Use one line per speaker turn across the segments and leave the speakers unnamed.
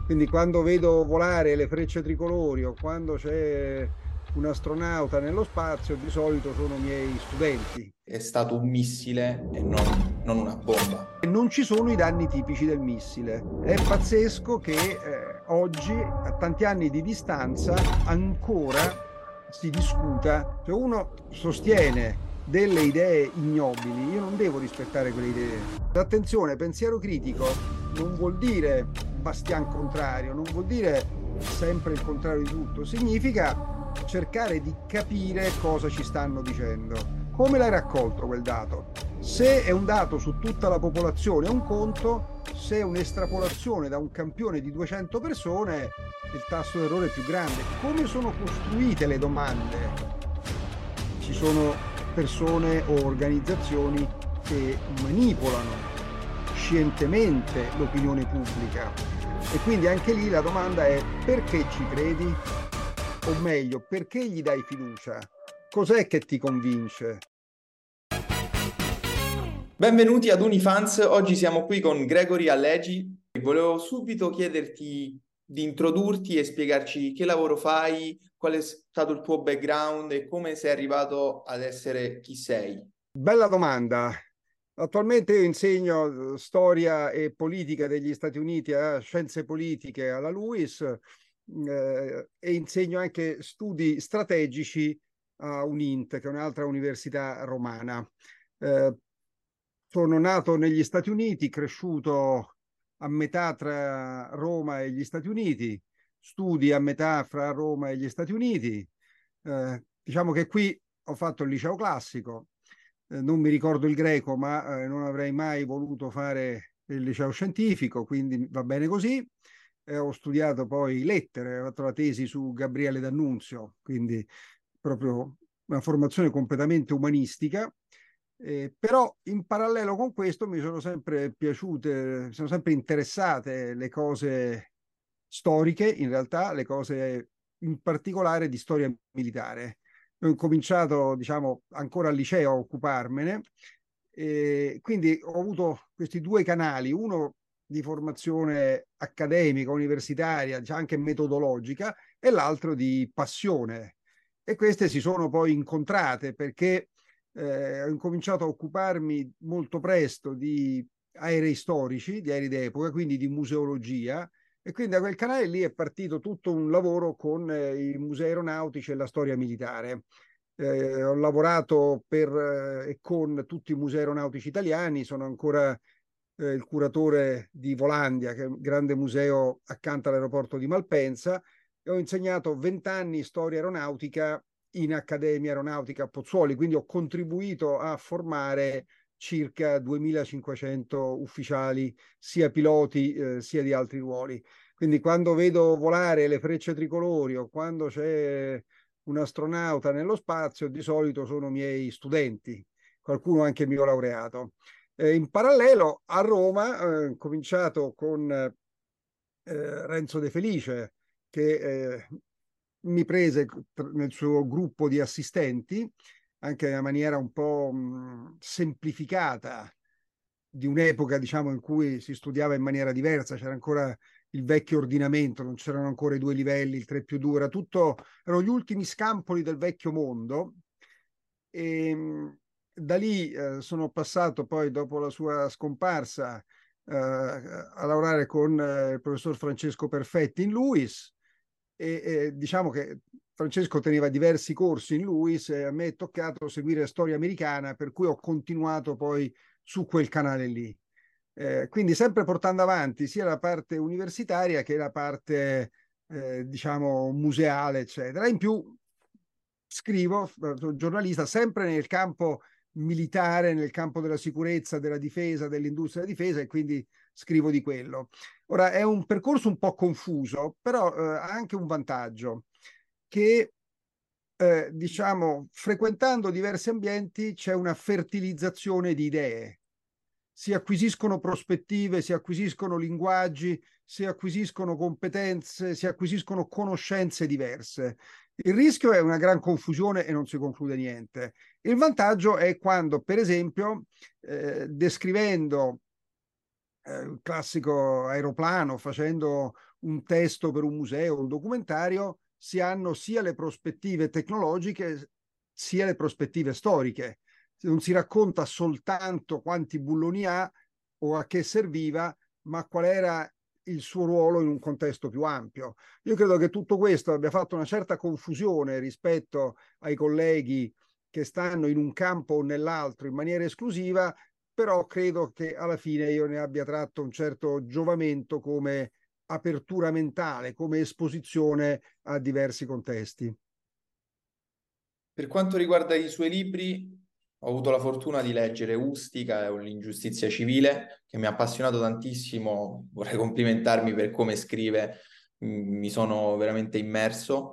Quindi quando vedo volare le frecce tricolori o quando c'è un astronauta nello spazio, di solito sono miei studenti.
È stato un missile e non una bomba.
E non ci sono i danni tipici del missile. È pazzesco che oggi, a tanti anni di distanza, ancora si discuta. Se uno sostiene delle idee ignobili, io non devo rispettare quelle idee. Attenzione, pensiero critico non vuol dire bastian contrario, non vuol dire sempre il contrario di tutto, significa cercare di capire cosa ci stanno dicendo. Come l'hai raccolto quel dato? Se è un dato su tutta la popolazione è un conto, se è un'estrapolazione da un campione di 200 persone, il tasso d'errore è più grande. Come sono costruite le domande? Ci sono persone o organizzazioni che manipolano scientemente l'opinione pubblica. E quindi anche lì la domanda è: perché ci credi? O meglio, perché gli dai fiducia? Cos'è che ti convince?
Benvenuti ad Unifans, oggi siamo qui con Gregory Allegi. Volevo subito chiederti di introdurti e spiegarci che lavoro fai, qual è stato il tuo background e come sei arrivato ad essere chi sei.
Bella domanda. Attualmente io insegno storia e politica degli Stati Uniti a scienze politiche alla LUIS e insegno anche studi strategici a UNINT, che è un'altra università romana. Eh, Sono nato negli Stati Uniti, cresciuto a metà tra Roma e gli Stati Uniti, studi a metà fra Roma e gli Stati Uniti. Diciamo che qui ho fatto il liceo classico, non mi ricordo il greco, ma non avrei mai voluto fare il liceo scientifico, quindi va bene così. Ho studiato poi lettere, ho fatto la tesi su Gabriele D'Annunzio, quindi proprio una formazione completamente umanistica. Però in parallelo con questo mi sono sempre piaciute, mi sono sempre interessate le cose storiche, in realtà le cose in particolare di storia militare. Ho cominciato, diciamo, ancora al liceo a occuparmene, e quindi ho avuto questi due canali, uno di formazione accademica, universitaria, già anche metodologica, e l'altro di passione. E queste si sono poi incontrate perché ho incominciato a occuparmi molto presto di aerei storici, di aerei d'epoca, quindi di museologia, e quindi da quel canale lì è partito tutto un lavoro con i musei aeronautici e la storia militare. Ho lavorato per e con tutti i musei aeronautici italiani, sono ancora il curatore di Volandia, che è un grande museo accanto all'aeroporto di Malpensa, e ho insegnato 20 anni storia aeronautica in Accademia Aeronautica a Pozzuoli, quindi ho contribuito a formare circa 2500 ufficiali, sia piloti sia di altri ruoli. Quindi quando vedo volare le frecce tricolori o quando c'è un astronauta nello spazio, di solito sono miei studenti, qualcuno anche mio laureato. In parallelo a Roma ho cominciato con Renzo De Felice, che mi prese nel suo gruppo di assistenti, anche in una maniera un po' semplificata di un'epoca, diciamo, in cui si studiava in maniera diversa, c'era ancora il vecchio ordinamento, non c'erano ancora i due livelli, il 3 più 2, era tutto, erano gli ultimi scampoli del vecchio mondo. E da lì sono passato poi, dopo la sua scomparsa, a lavorare con il professor Francesco Perfetti in LUIS, e diciamo che Francesco teneva diversi corsi in LUIS e a me è toccato seguire storia americana, per cui ho continuato poi su quel canale lì. Quindi sempre portando avanti sia la parte universitaria che la parte, diciamo, museale, eccetera. In più scrivo, sono giornalista, sempre nel campo militare, nel campo della sicurezza, della difesa, dell'industria della difesa, e quindi scrivo di quello. Ora, è un percorso un po' confuso, però ha anche un vantaggio, che diciamo, frequentando diversi ambienti c'è una fertilizzazione di idee, si acquisiscono prospettive, si acquisiscono linguaggi, si acquisiscono competenze, si acquisiscono conoscenze diverse. Il rischio è una gran confusione e non si conclude niente. Il vantaggio è quando, per esempio, descrivendo il classico aeroplano, facendo un testo per un museo, un documentario, si hanno sia le prospettive tecnologiche sia le prospettive storiche. Non si racconta soltanto quanti bulloni ha o a che serviva, ma qual era il suo ruolo in un contesto più ampio. Io credo che tutto questo abbia fatto una certa confusione rispetto ai colleghi che stanno in un campo o nell'altro in maniera esclusiva, però credo che alla fine io ne abbia tratto un certo giovamento come apertura mentale, come esposizione a diversi contesti.
Per quanto riguarda i suoi libri, ho avuto la fortuna di leggere Ustica e L'ingiustizia civile, che mi ha appassionato tantissimo. Vorrei complimentarmi per come scrive, mi sono veramente immerso.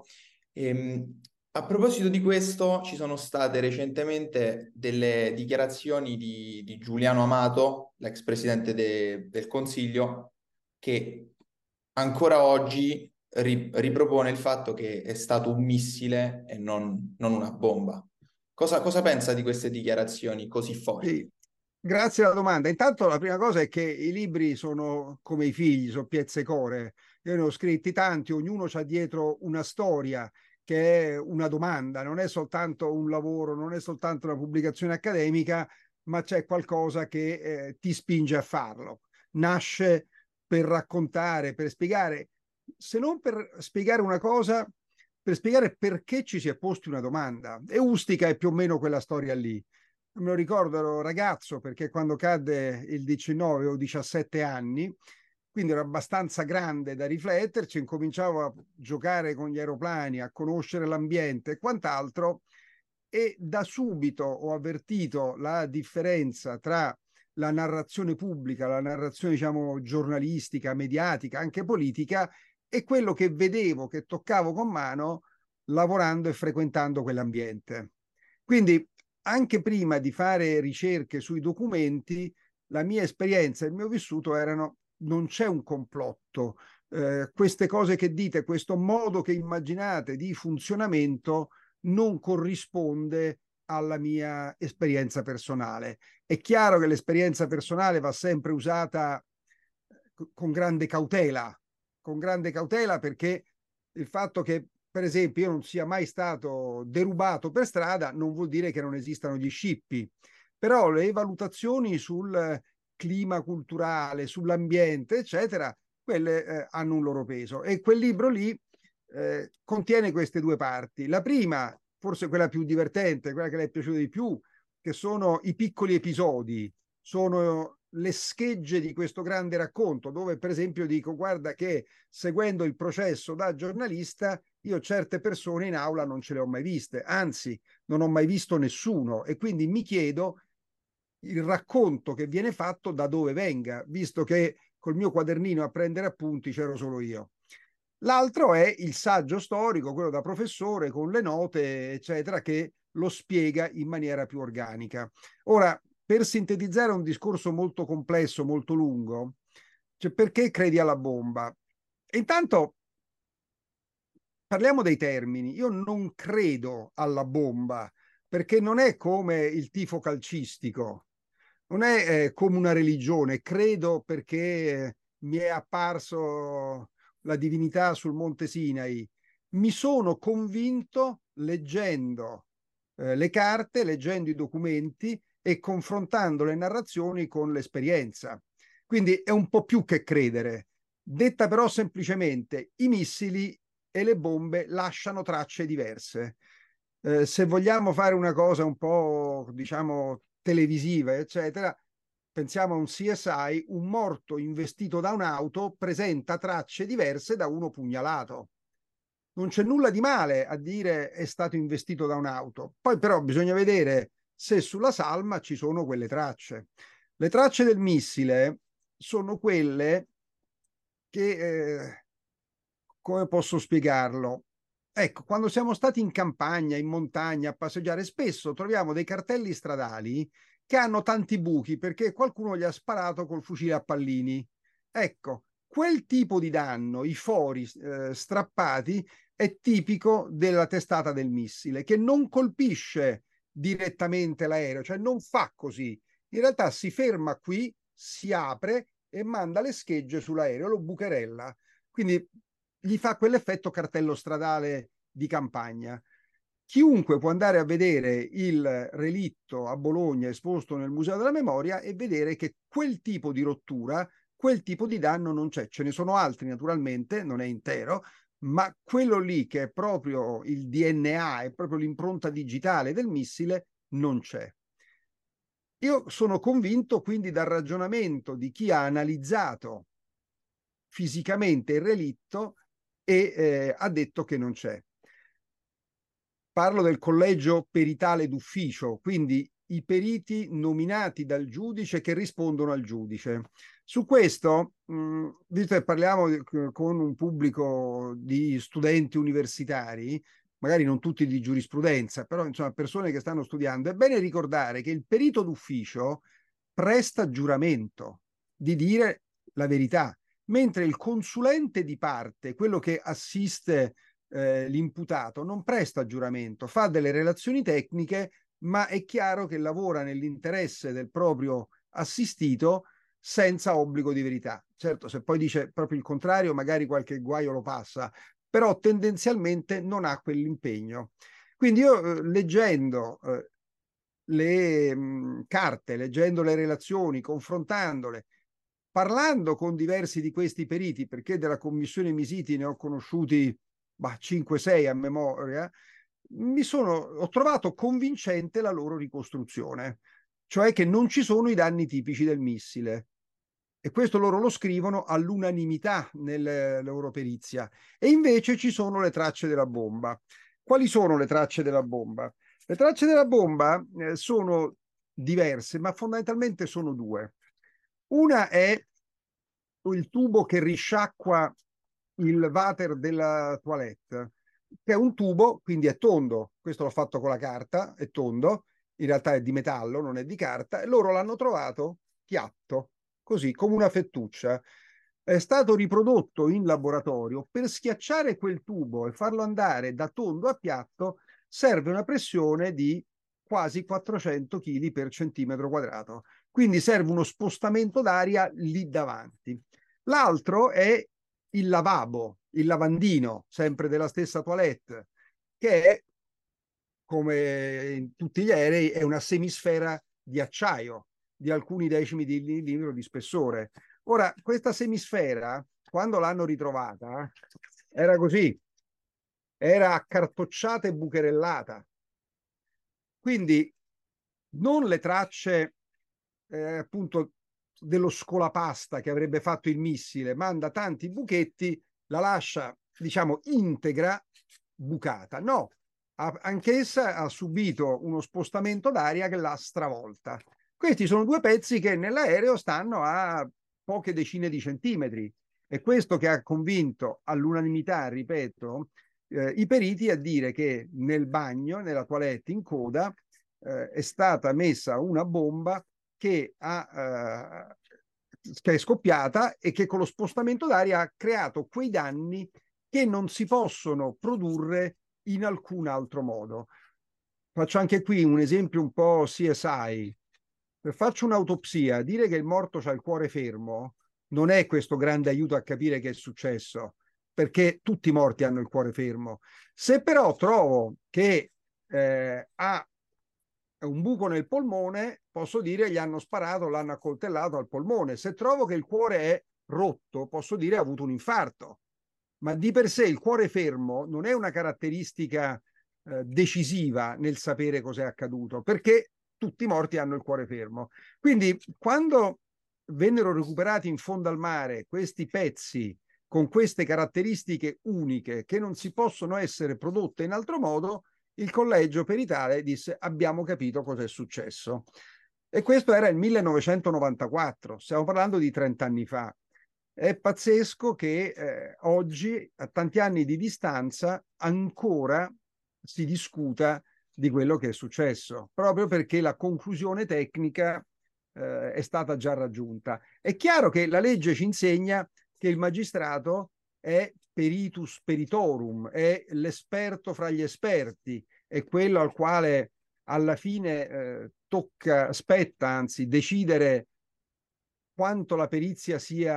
A proposito di questo, ci sono state recentemente delle dichiarazioni di Giuliano Amato, l'ex presidente del Consiglio, che ancora oggi ripropone il fatto che è stato un missile e non una bomba. Cosa pensa di queste dichiarazioni così forti?
Sì, grazie alla domanda. Intanto la prima cosa è che i libri sono come i figli, sono pezze core. Io ne ho scritti tanti, ognuno c'ha dietro una storia che è una domanda, non è soltanto un lavoro, non è soltanto una pubblicazione accademica, ma c'è qualcosa che ti spinge a farlo. Nasce per raccontare, per spiegare, se non per spiegare una cosa, per spiegare perché ci si è posti una domanda. E Ustica è più o meno quella storia lì. Me lo ricordo, ero ragazzo perché quando cadde il 19 o 17 anni, quindi ero abbastanza grande da rifletterci, incominciavo a giocare con gli aeroplani, a conoscere l'ambiente e quant'altro, e da subito ho avvertito la differenza tra la narrazione pubblica, la narrazione diciamo giornalistica, mediatica, anche politica, e quello che vedevo, che toccavo con mano lavorando e frequentando quell'ambiente. Quindi anche prima di fare ricerche sui documenti, la mia esperienza e il mio vissuto erano non c'è un complotto. Queste cose che dite, questo modo che immaginate di funzionamento non corrisponde alla mia esperienza personale. È chiaro che l'esperienza personale va sempre usata con grande cautela perché il fatto che, per esempio, io non sia mai stato derubato per strada non vuol dire che non esistano gli scippi, però le valutazioni sul clima culturale, sull'ambiente, eccetera, quelle hanno un loro peso. E quel libro lì contiene queste due parti. La prima, forse quella più divertente, quella che le è piaciuta di più, che sono i piccoli episodi, sono le schegge di questo grande racconto, dove per esempio dico, guarda che seguendo il processo da giornalista, io certe persone in aula non ce le ho mai viste, anzi non ho mai visto nessuno e quindi mi chiedo il racconto che viene fatto da dove venga, visto che col mio quadernino a prendere appunti c'ero solo io. L'altro è il saggio storico, quello da professore con le note, eccetera, che lo spiega in maniera più organica. Ora, per sintetizzare un discorso molto complesso, molto lungo, cioè perché credi alla bomba? Intanto parliamo dei termini. Io non credo alla bomba perché non è come il tifo calcistico, non è come una religione. Credo perché mi è apparso la divinità sul Monte Sinai. Mi sono convinto leggendo le carte, leggendo i documenti e confrontando le narrazioni con l'esperienza. Quindi è un po' più che credere. Detta però semplicemente, i missili e le bombe lasciano tracce diverse. Se vogliamo fare una cosa un po', diciamo, televisiva, eccetera, pensiamo a un CSI, un morto investito da un'auto presenta tracce diverse da uno pugnalato. Non c'è nulla di male a dire è stato investito da un'auto. Poi però bisogna vedere se sulla salma ci sono quelle tracce. Le tracce del missile sono quelle che, come posso spiegarlo? Ecco, quando siamo stati in campagna, in montagna, a passeggiare, spesso troviamo dei cartelli stradali che hanno tanti buchi perché qualcuno gli ha sparato col fucile a pallini. Ecco, quel tipo di danno, i fori strappati, è tipico della testata del missile, che non colpisce direttamente l'aereo, cioè non fa così. In realtà si ferma qui, si apre e manda le schegge sull'aereo, lo bucherella. quindi gli fa quell'effetto cartello stradale di campagna. Chiunque può andare a vedere il relitto a Bologna esposto nel Museo della Memoria e vedere che quel tipo di rottura, quel tipo di danno non c'è. Ce ne sono altri naturalmente, non è intero, ma quello lì che è proprio il DNA, è proprio l'impronta digitale del missile, non c'è. Io sono convinto quindi dal ragionamento di chi ha analizzato fisicamente il relitto e ha detto che non c'è. Parlo del collegio peritale d'ufficio, quindi i periti nominati dal giudice che rispondono al giudice. Su questo, visto che parliamo con un pubblico di studenti universitari, magari non tutti di giurisprudenza, però insomma persone che stanno studiando, è bene ricordare che il perito d'ufficio presta giuramento di dire la verità, mentre il consulente di parte, quello che assiste l'imputato, non presta giuramento, fa delle relazioni tecniche, ma è chiaro che lavora nell'interesse del proprio assistito senza obbligo di verità. Certo, se poi dice proprio il contrario, magari qualche guaio lo passa, però tendenzialmente non ha quell'impegno. Quindi io leggendo le carte, leggendo le relazioni, confrontandole, parlando con diversi di questi periti, perché della commissione Misiti ne ho conosciuti 5-6 a memoria, ho trovato convincente la loro ricostruzione, cioè che non ci sono i danni tipici del missile. E questo loro lo scrivono all'unanimità nella loro perizia. E invece ci sono le tracce della bomba. Quali sono le tracce della bomba? Le tracce della bomba sono diverse, ma fondamentalmente sono due. Una è il tubo che risciacqua il water della toilette, che è un tubo, quindi è tondo. Questo l'ho fatto con la carta, è tondo, in realtà è di metallo, non è di carta, e loro l'hanno trovato piatto, così come una fettuccia. È stato riprodotto in laboratorio. Per schiacciare quel tubo e farlo andare da tondo a piatto serve una pressione di quasi 400 kg per centimetro quadrato. Quindi serve uno spostamento d'aria lì davanti. L'altro è il lavabo, il lavandino, sempre della stessa toilette, che è, come in tutti gli aerei, è una semisfera di acciaio di alcuni decimi di millimetro di spessore. Ora, questa semisfera, quando l'hanno ritrovata, era così, era accartocciata e bucherellata. Quindi non le tracce appunto dello scolapasta che avrebbe fatto il missile, manda tanti buchetti, la lascia, diciamo, integra, bucata. No, anch'essa ha subito uno spostamento d'aria che l'ha stravolta. Questi sono due pezzi che nell'aereo stanno a poche decine di centimetri. È questo che ha convinto all'unanimità, ripeto, i periti a dire che nel bagno, nella toilette in coda, è stata messa una bomba che è scoppiata e che con lo spostamento d'aria ha creato quei danni che non si possono produrre in alcun altro modo. Faccio anche qui un esempio un po' CSI. Per farci un'autopsia, dire che il morto ha il cuore fermo non è questo grande aiuto a capire che è successo, perché tutti i morti hanno il cuore fermo. Se però trovo che ha un buco nel polmone, posso dire gli hanno sparato, l'hanno accoltellato al polmone. Se trovo che il cuore è rotto, posso dire ha avuto un infarto. Ma di per sé il cuore fermo non è una caratteristica decisiva nel sapere cos'è accaduto, perché tutti i morti hanno il cuore fermo. Quindi quando vennero recuperati in fondo al mare questi pezzi con queste caratteristiche uniche che non si possono essere prodotte in altro modo, il collegio peritale disse abbiamo capito cosa è successo. E questo era il 1994, stiamo parlando di 30 anni fa. È pazzesco che oggi, a tanti anni di distanza, ancora si discuta di quello che è successo, proprio perché la conclusione tecnica è stata già raggiunta. È chiaro che la legge ci insegna che il magistrato è peritus peritorum, è l'esperto fra gli esperti, è quello al quale alla fine spetta anzi decidere quanto la perizia sia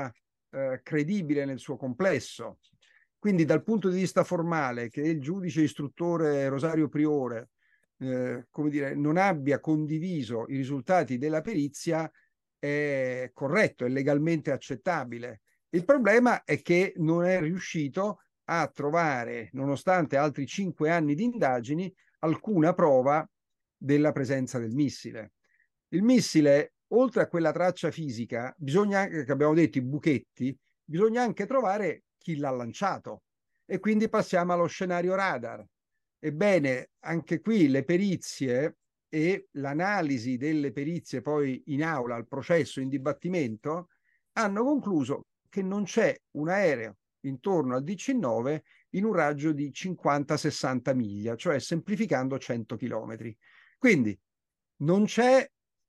credibile nel suo complesso. Quindi dal punto di vista formale, che il giudice istruttore Rosario Priore come dire, non abbia condiviso i risultati della perizia è corretto, è legalmente accettabile. Il problema è che non è riuscito a trovare, nonostante altri 5 anni di indagini, alcuna prova della presenza del missile. Il missile, oltre a quella traccia fisica, bisogna, che abbiamo detto, i buchetti, bisogna anche trovare chi l'ha lanciato. E quindi passiamo allo scenario radar. Ebbene, anche qui le perizie e l'analisi delle perizie poi in aula, al processo, in dibattimento, hanno concluso che non c'è un aereo intorno al DC-9 in un raggio di 50-60 miglia, cioè semplificando 100 chilometri. Quindi non c'è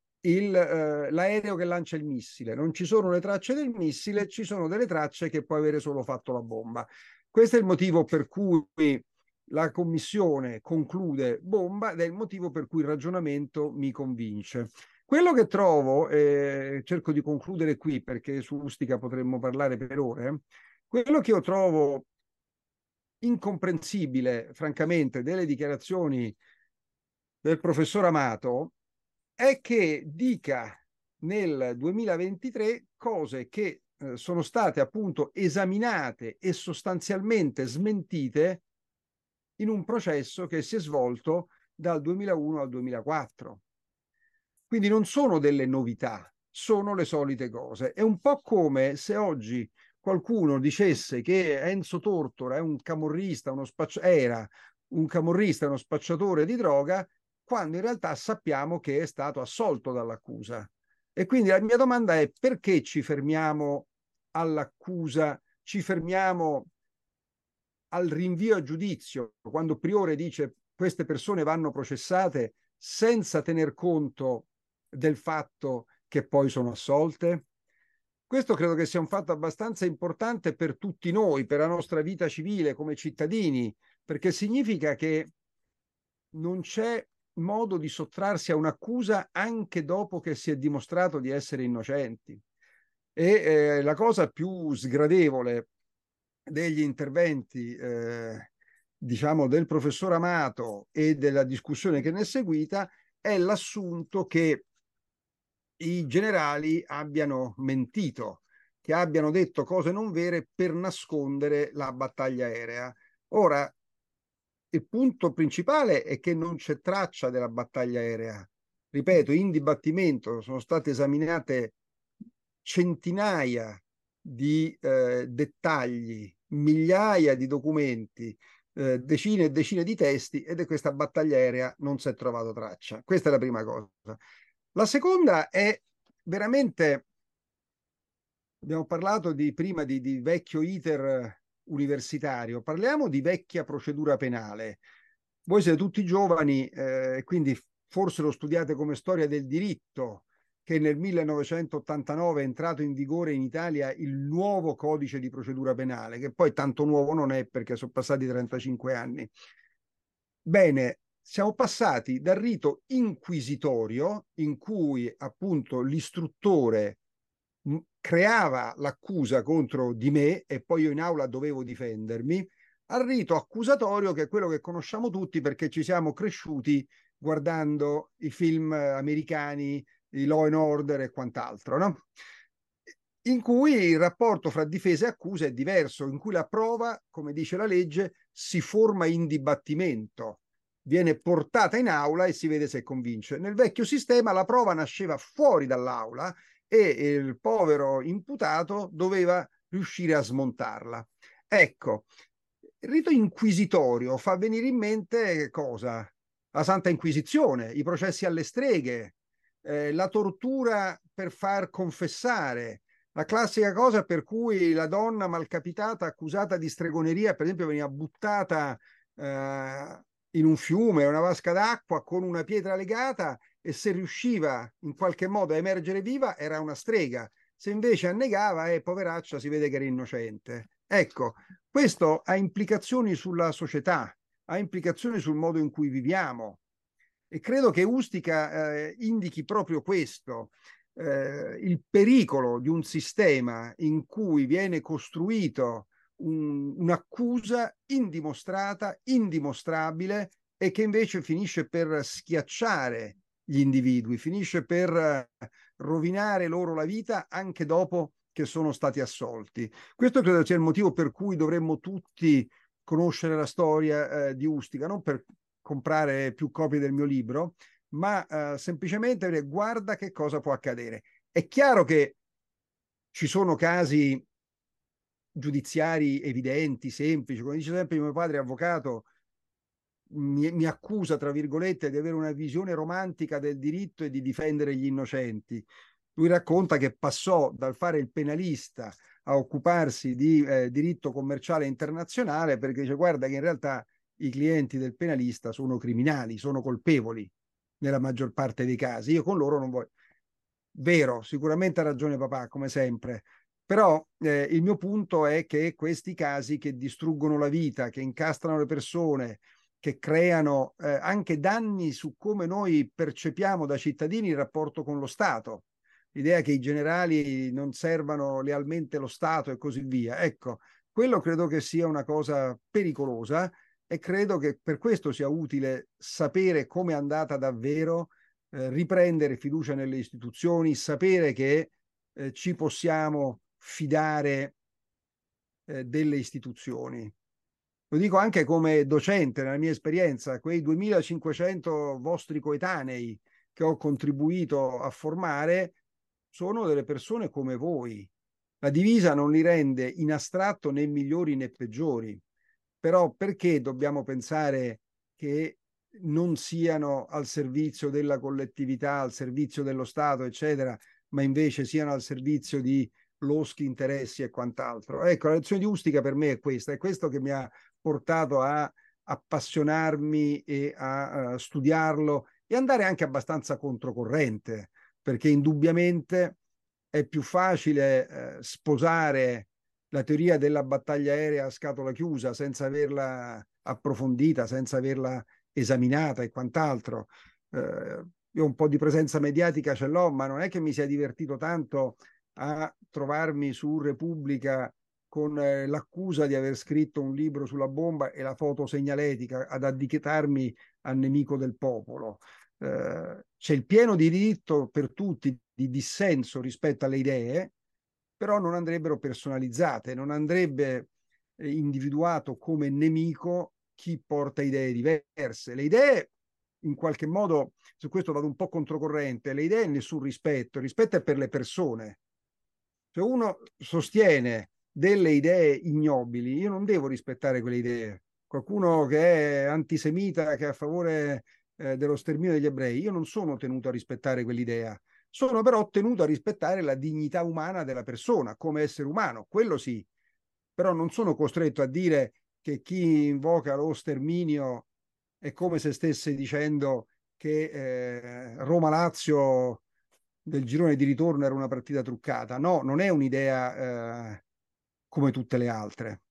l'aereo che lancia il missile, non ci sono le tracce del missile, ci sono delle tracce che può avere solo fatto la bomba. Questo è il motivo per cui la commissione conclude bomba ed è il motivo per cui il ragionamento mi convince. Quello che trovo, cerco di concludere qui perché su Ustica potremmo parlare per ore, quello che io trovo incomprensibile, francamente, delle dichiarazioni del professor Amato è che dica nel 2023 cose che sono state appunto esaminate e sostanzialmente smentite in un processo che si è svolto dal 2001 al 2004. Quindi non sono delle novità, sono le solite cose. È un po' come se oggi qualcuno dicesse che Enzo Tortora è un camorrista, era un camorrista, uno spacciatore di droga, quando in realtà sappiamo che è stato assolto dall'accusa. E quindi la mia domanda è: perché ci fermiamo all'accusa, ci fermiamo al rinvio a giudizio, quando Priore dice queste persone vanno processate senza tener conto del fatto che poi sono assolte? Questo credo che sia un fatto abbastanza importante per tutti noi, per la nostra vita civile come cittadini, perché significa che non c'è modo di sottrarsi a un'accusa anche dopo che si è dimostrato di essere innocenti. E la cosa più sgradevole degli interventi diciamo del professor Amato e della discussione che ne è seguita è l'assunto che i generali abbiano mentito, che abbiano detto cose non vere per nascondere la battaglia aerea. Ora, il punto principale è che non c'è traccia della battaglia aerea. Ripeto, in dibattimento sono state esaminate centinaia di dettagli, migliaia di documenti, decine e decine di testi, ed è questa battaglia aerea non si è trovato traccia. Questa è la prima cosa. La seconda è veramente, abbiamo parlato prima di vecchio iter universitario, parliamo di vecchia procedura penale. Voi siete tutti giovani, quindi forse lo studiate come storia del diritto, che nel 1989 è entrato in vigore in Italia il nuovo codice di procedura penale, che poi tanto nuovo non è perché sono passati 35 anni. Bene, siamo passati dal rito inquisitorio, in cui appunto l'istruttore creava l'accusa contro di me e poi io in aula dovevo difendermi, al rito accusatorio, che è quello che conosciamo tutti perché ci siamo cresciuti guardando i film americani, i Law and Order e quant'altro, no? In cui il rapporto fra difesa e accusa è diverso, in cui la prova, come dice la legge, si forma in dibattimento, viene portata in aula e si vede se convince. Nel vecchio sistema la prova nasceva fuori dall'aula e il povero imputato doveva riuscire a smontarla. Ecco, il rito inquisitorio fa venire in mente cosa? La Santa Inquisizione, i processi alle streghe, la tortura per far confessare, la classica cosa per cui la donna malcapitata accusata di stregoneria, per esempio, veniva buttata in un fiume, una vasca d'acqua con una pietra legata, e se riusciva in qualche modo a emergere viva era una strega. Se invece annegava, poveraccia, si vede che era innocente. Ecco, questo ha implicazioni sulla società, ha implicazioni sul modo in cui viviamo. E credo che Ustica indichi proprio questo. il pericolo di un sistema in cui viene costruito un'accusa indimostrata, indimostrabile, e che invece finisce per schiacciare gli individui, finisce per rovinare loro la vita anche dopo che sono stati assolti. Questo credo sia il motivo per cui dovremmo tutti conoscere la storia di Ustica, non per comprare più copie del mio libro, ma semplicemente dire guarda che cosa può accadere. È chiaro che ci sono casi giudiziari evidenti, semplici, come dice sempre mio padre avvocato, mi accusa, tra virgolette, di avere una visione romantica del diritto e di difendere gli innocenti. Lui racconta che passò dal fare il penalista a occuparsi di diritto commerciale internazionale, perché dice guarda che in realtà i clienti del penalista sono criminali, sono colpevoli nella maggior parte dei casi. Io con loro non voglio. Vero, sicuramente ha ragione papà, come sempre. Però il mio punto è che questi casi che distruggono la vita, che incastrano le persone, che creano anche danni su come noi percepiamo da cittadini il rapporto con lo Stato, l'idea che i generali non servano lealmente lo Stato e così via. Ecco, quello credo che sia una cosa pericolosa e credo che per questo sia utile sapere come è andata davvero, riprendere fiducia nelle istituzioni, sapere che ci possiamo fidare delle istituzioni. Lo dico anche come docente, nella mia esperienza, quei 2500 vostri coetanei che ho contribuito a formare sono delle persone come voi. La divisa non li rende in astratto né migliori né peggiori, però perché dobbiamo pensare che non siano al servizio della collettività, al servizio dello Stato, eccetera, ma invece siano al servizio di loschi interessi e quant'altro? Ecco, la lezione di Ustica per me è questo che mi ha portato a appassionarmi e a studiarlo e andare anche abbastanza controcorrente, perché indubbiamente è più facile sposare la teoria della battaglia aerea a scatola chiusa senza averla approfondita, senza averla esaminata e quant'altro. Io un po' di presenza mediatica ce l'ho, ma non è che mi sia divertito tanto a trovarmi su Repubblica con l'accusa di aver scritto un libro sulla bomba e la foto segnaletica ad addichetarmi al nemico del popolo. C'è il pieno diritto per tutti di dissenso rispetto alle idee, però non andrebbero personalizzate, non andrebbe individuato come nemico chi porta idee diverse. Le idee, in qualche modo, su questo vado un po' controcorrente, le idee nessun rispetto, il rispetto è per le persone. Se uno sostiene delle idee ignobili, io non devo rispettare quelle idee. Qualcuno che è antisemita, che è a favore dello sterminio degli ebrei, io non sono tenuto a rispettare quell'idea. Sono però tenuto a rispettare la dignità umana della persona come essere umano, quello sì. Però non sono costretto a dire che chi invoca lo sterminio è come se stesse dicendo che Roma-Lazio del girone di ritorno era una partita truccata. No, non è un'idea come tutte le altre.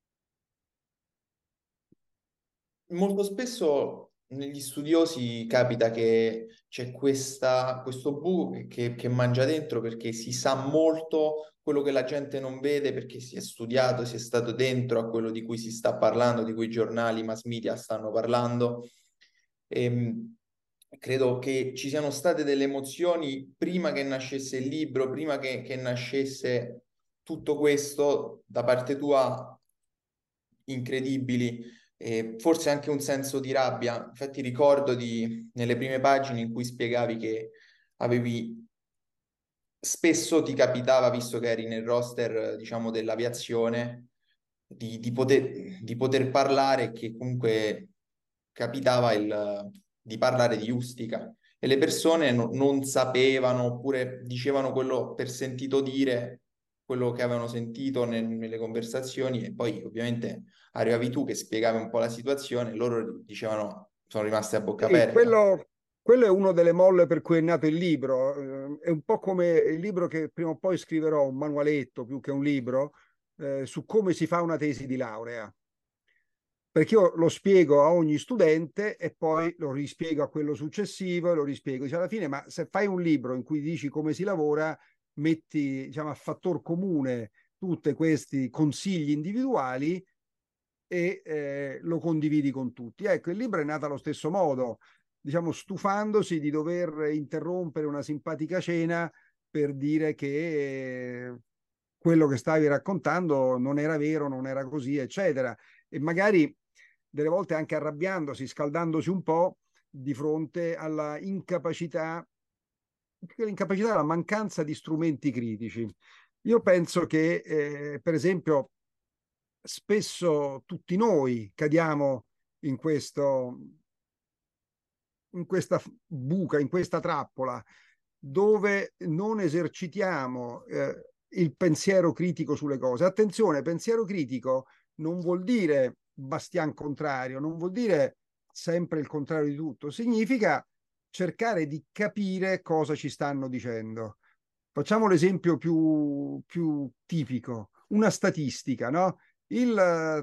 Molto spesso negli studiosi capita che c'è questo buco che mangia dentro perché si sa molto quello che la gente non vede perché si è studiato, si è stato dentro a quello di cui si sta parlando, di cui i giornali, i mass media stanno parlando. Ehm, Credo che ci siano state delle emozioni prima che nascesse il libro, prima che nascesse tutto questo da parte tua incredibili, e forse anche un senso di rabbia. Infatti ricordo nelle prime pagine in cui spiegavi che avevi spesso ti capitava, visto che eri nel roster, diciamo, dell'aviazione, di poter parlare e che comunque capitava di parlare di Ustica e le persone non sapevano oppure dicevano quello per sentito dire, quello che avevano sentito nelle conversazioni e poi ovviamente arrivavi tu che spiegavi un po' la situazione e loro dicevano sono rimasti a bocca
Sì,
aperta.
quello è una delle molle per cui è nato il libro. È un po' come il libro che prima o poi scriverò, un manualetto più che un libro, su come si fa una tesi di laurea. perché io lo spiego a ogni studente e poi lo rispiego a quello successivo e lo rispiego. Dice, alla fine, ma se fai un libro in cui dici come si lavora, metti, diciamo, a fattor comune tutti questi consigli individuali e lo condividi con tutti. Ecco, il libro è nato allo stesso modo, diciamo, stufandosi di dover interrompere una simpatica cena per dire che quello che stavi raccontando non era vero, non era così, eccetera. E magari delle volte anche arrabbiandosi, scaldandosi un po' di fronte alla incapacità, la mancanza di strumenti critici. Io penso che, per esempio, spesso tutti noi cadiamo in in questa buca, in questa trappola, dove non esercitiamo il pensiero critico sulle cose. Attenzione, pensiero critico non vuol dire bastian contrario, non vuol dire sempre il contrario di tutto, significa cercare di capire cosa ci stanno dicendo. Facciamo l'esempio più tipico, una statistica, no? Il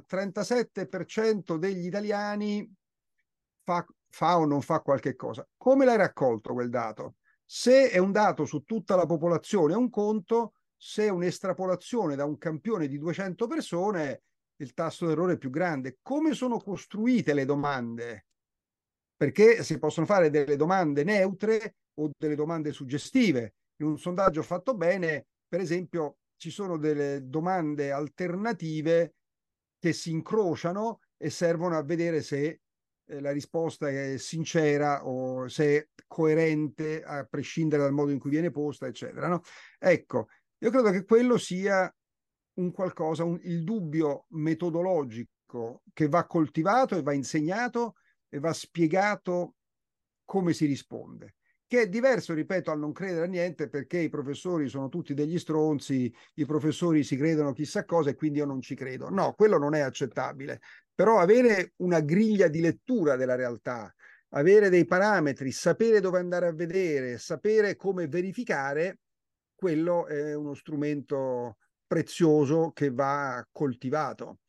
37% degli italiani fa o non fa qualche cosa. Come l'hai raccolto quel dato? Se è un dato su tutta la popolazione è un conto, se è un'estrapolazione da un campione di 200 persone, il tasso d'errore è più grande. Come sono costruite le domande? Perché si possono fare delle domande neutre o delle domande suggestive. In un sondaggio fatto bene, per esempio, ci sono delle domande alternative che si incrociano e servono a vedere se la risposta è sincera o se è coerente a prescindere dal modo in cui viene posta, eccetera. No? Ecco, io credo che quello sia un qualcosa, il dubbio metodologico che va coltivato e va insegnato e va spiegato come si risponde, che è diverso, ripeto, al non credere a niente, perché i professori sono tutti degli stronzi, i professori si credono chissà cosa e quindi io non ci credo. No, quello non è accettabile. Però avere una griglia di lettura della realtà, avere dei parametri, sapere dove andare a vedere, sapere come verificare, quello è uno strumento prezioso che va coltivato.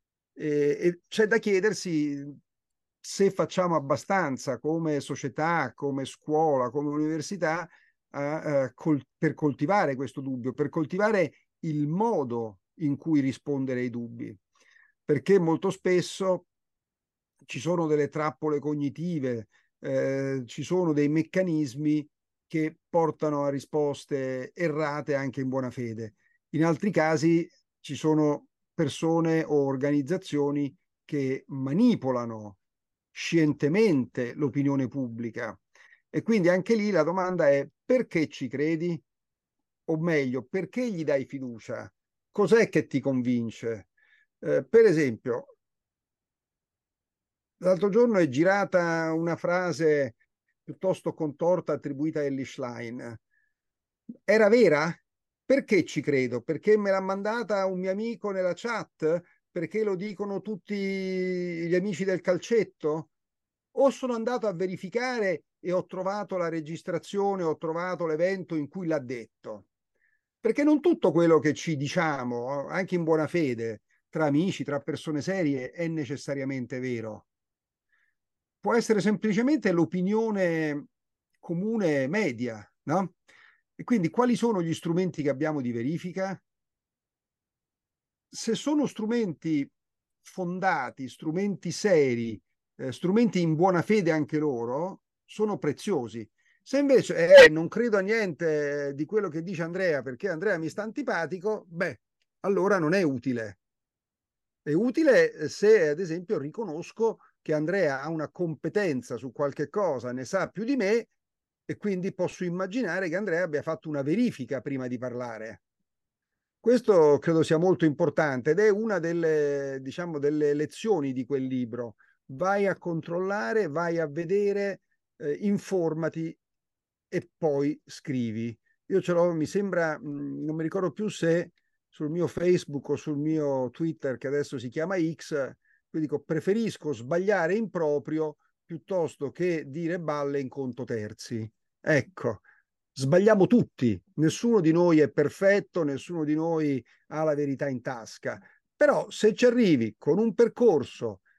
E c'è da chiedersi se facciamo abbastanza come società, come scuola, come università per coltivare questo dubbio, per coltivare il modo in cui rispondere ai dubbi, perché molto spesso ci sono delle trappole cognitive, ci sono dei meccanismi che portano a risposte errate anche in buona fede. In altri casi ci sono persone o organizzazioni che manipolano scientemente l'opinione pubblica. E quindi anche lì la domanda è: perché ci credi? O meglio, perché gli dai fiducia? Cos'è che ti convince? Per esempio, l'altro giorno è girata una frase piuttosto contorta attribuita a Ellie Schlein. Era vera? Perché ci credo? Perché me l'ha mandata un mio amico nella chat? Perché lo dicono tutti gli amici del calcetto? O sono andato a verificare e ho trovato la registrazione, ho trovato l'evento in cui l'ha detto? Perché non tutto quello che ci diciamo, anche in buona fede, tra amici, tra persone serie, è necessariamente vero. Può essere semplicemente l'opinione comune media, no? E quindi quali sono gli strumenti che abbiamo di verifica? Se sono strumenti fondati, strumenti seri, strumenti in buona fede anche loro, sono preziosi. Se invece non credo a niente di quello che dice Andrea perché Andrea mi sta antipatico, beh, allora non è utile. È utile se, ad esempio, riconosco che Andrea ha una competenza su qualche cosa, ne sa più di me e quindi posso immaginare che Andrea abbia fatto una verifica prima di parlare. Questo credo sia molto importante ed è una delle, diciamo, delle lezioni di quel libro. Vai a controllare, vai a vedere, informati e poi scrivi. Io ce l'ho, mi sembra, non mi ricordo più se sul mio Facebook o sul mio Twitter, che adesso si chiama X, quindi dico, preferisco sbagliare in proprio piuttosto che dire balle in conto terzi. Ecco, sbagliamo tutti, nessuno di noi è perfetto, nessuno di noi ha la verità in tasca, però se ci arrivi con un percorso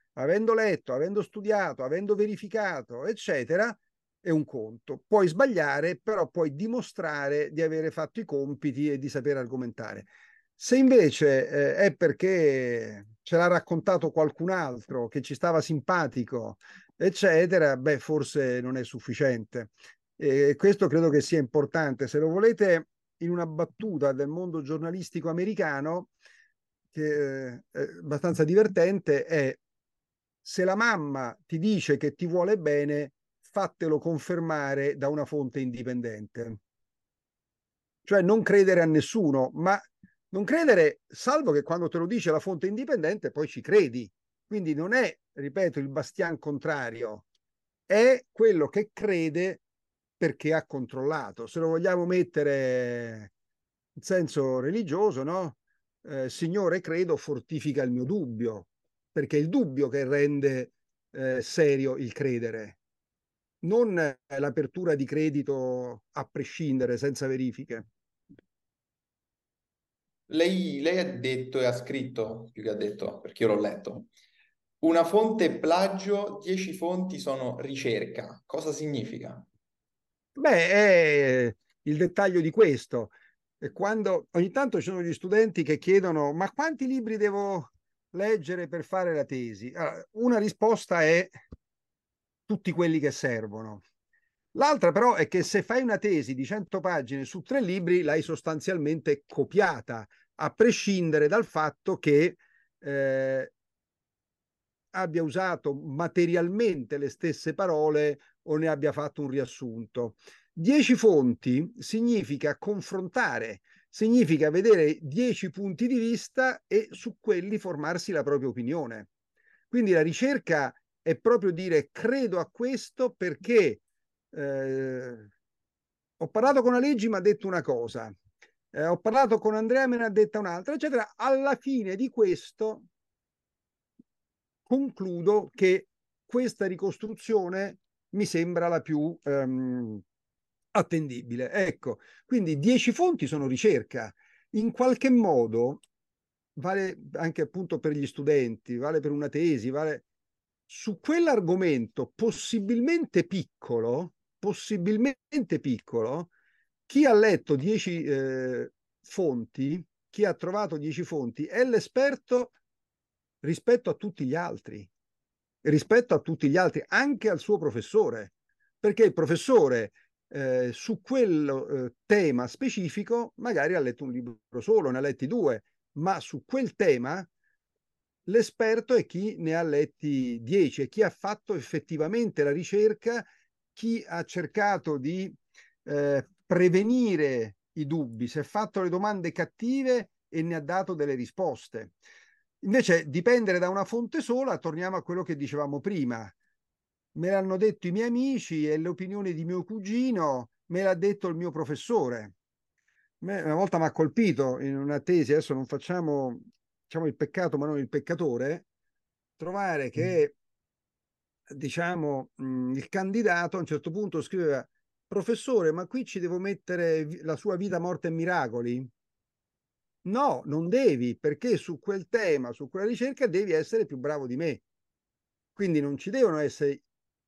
avendo letto, avendo studiato, avendo verificato, eccetera, è un conto. Puoi sbagliare, però puoi dimostrare di avere fatto i compiti e di saper argomentare. Se invece è perché ce l'ha raccontato qualcun altro che ci stava simpatico, eccetera, beh, forse non è sufficiente. E questo credo che sia importante. Se lo volete, in una battuta del mondo giornalistico americano, che è abbastanza divertente, è: se la mamma ti dice che ti vuole bene, fatelo confermare da una fonte indipendente. Cioè non credere a nessuno, ma non credere, salvo che quando te lo dice la fonte indipendente poi ci credi. Quindi non è, ripeto, il bastian contrario, è quello che crede perché ha controllato. Se lo vogliamo mettere in senso religioso, no? Signore, credo, fortifica il mio dubbio, perché è il dubbio che rende serio il credere, non l'apertura di credito a prescindere, senza verifiche.
Lei ha detto e ha scritto, più che ha detto, perché io l'ho letto, una fonte è plagio, 10 fonti sono ricerca. Cosa significa?
Beh, è il dettaglio di questo. E quando ogni tanto ci sono gli studenti che chiedono: ma quanti libri devo leggere per fare la tesi? Allora, una risposta è: tutti quelli che servono. L'altra però è che se fai una tesi di 100 pagine su 3 libri, l'hai sostanzialmente copiata, a prescindere dal fatto che eh, abbia usato materialmente le stesse parole o ne abbia fatto un riassunto. 10 fonti significa confrontare, significa vedere 10 punti di vista e su quelli formarsi la propria opinione. Quindi la ricerca è proprio dire: credo a questo perché ho parlato con Alegi, mi ha detto una cosa, ho parlato con Andrea, me ne ha detta un'altra, eccetera. Alla fine di questo concludo che questa ricostruzione mi sembra la più attendibile. Ecco, quindi 10 fonti sono ricerca. In qualche modo vale anche appunto per gli studenti, vale per una tesi, vale su quell'argomento possibilmente piccolo, chi ha letto 10 fonti, chi ha trovato 10 fonti è l'esperto rispetto a tutti gli altri, rispetto a tutti gli altri, anche al suo professore, perché il professore su quel tema specifico magari ha letto un libro solo, ne ha letti due, ma su quel tema l'esperto è chi ne ha letti 10 e chi ha fatto effettivamente la ricerca, chi ha cercato di prevenire i dubbi, si è fatto le domande cattive e ne ha dato delle risposte. Invece dipendere da una fonte sola, torniamo a quello che dicevamo prima. Me l'hanno detto i miei amici e le opinioni di mio cugino, me l'ha detto il mio professore. Una volta mi ha colpito in una tesi, adesso non facciamo il peccato ma non il peccatore, trovare che, diciamo, il candidato a un certo punto scriveva: professore, ma qui ci devo mettere la sua vita, morte e miracoli? No, non devi, perché su quel tema, su quella ricerca devi essere più bravo di me. Quindi non ci devono essere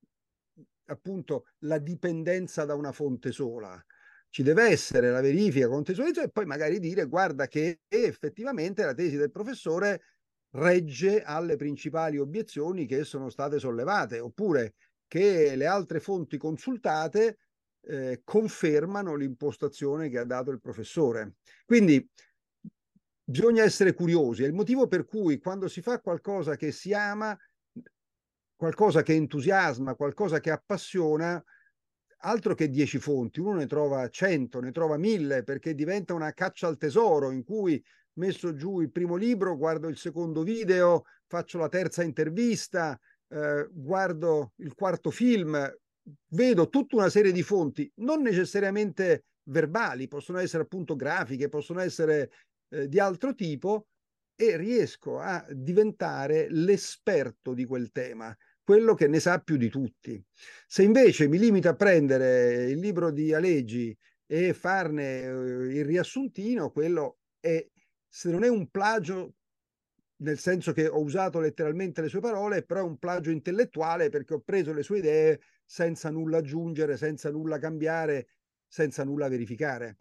appunto la dipendenza da una fonte sola. Ci deve essere la verifica contestualizzazione e poi magari dire: guarda che effettivamente la tesi del professore regge alle principali obiezioni che sono state sollevate, oppure che le altre fonti consultate confermano l'impostazione che ha dato il professore. Quindi bisogna essere curiosi. È il motivo per cui quando si fa qualcosa che si ama, qualcosa che entusiasma, qualcosa che appassiona, altro che 10 fonti, uno ne trova 100, ne trova 1000, perché diventa una caccia al tesoro in cui, messo giù il primo libro, guardo il secondo video, faccio la terza intervista, guardo il quarto film, vedo tutta una serie di fonti, non necessariamente verbali, possono essere appunto grafiche, possono essere di altro tipo, e riesco a diventare l'esperto di quel tema, quello che ne sa più di tutti. Se invece mi limito a prendere il libro di Alegi e farne il riassuntino, quello è, se non è un plagio nel senso che ho usato letteralmente le sue parole, però è un plagio intellettuale perché ho preso le sue idee senza nulla aggiungere, senza nulla cambiare, senza nulla verificare.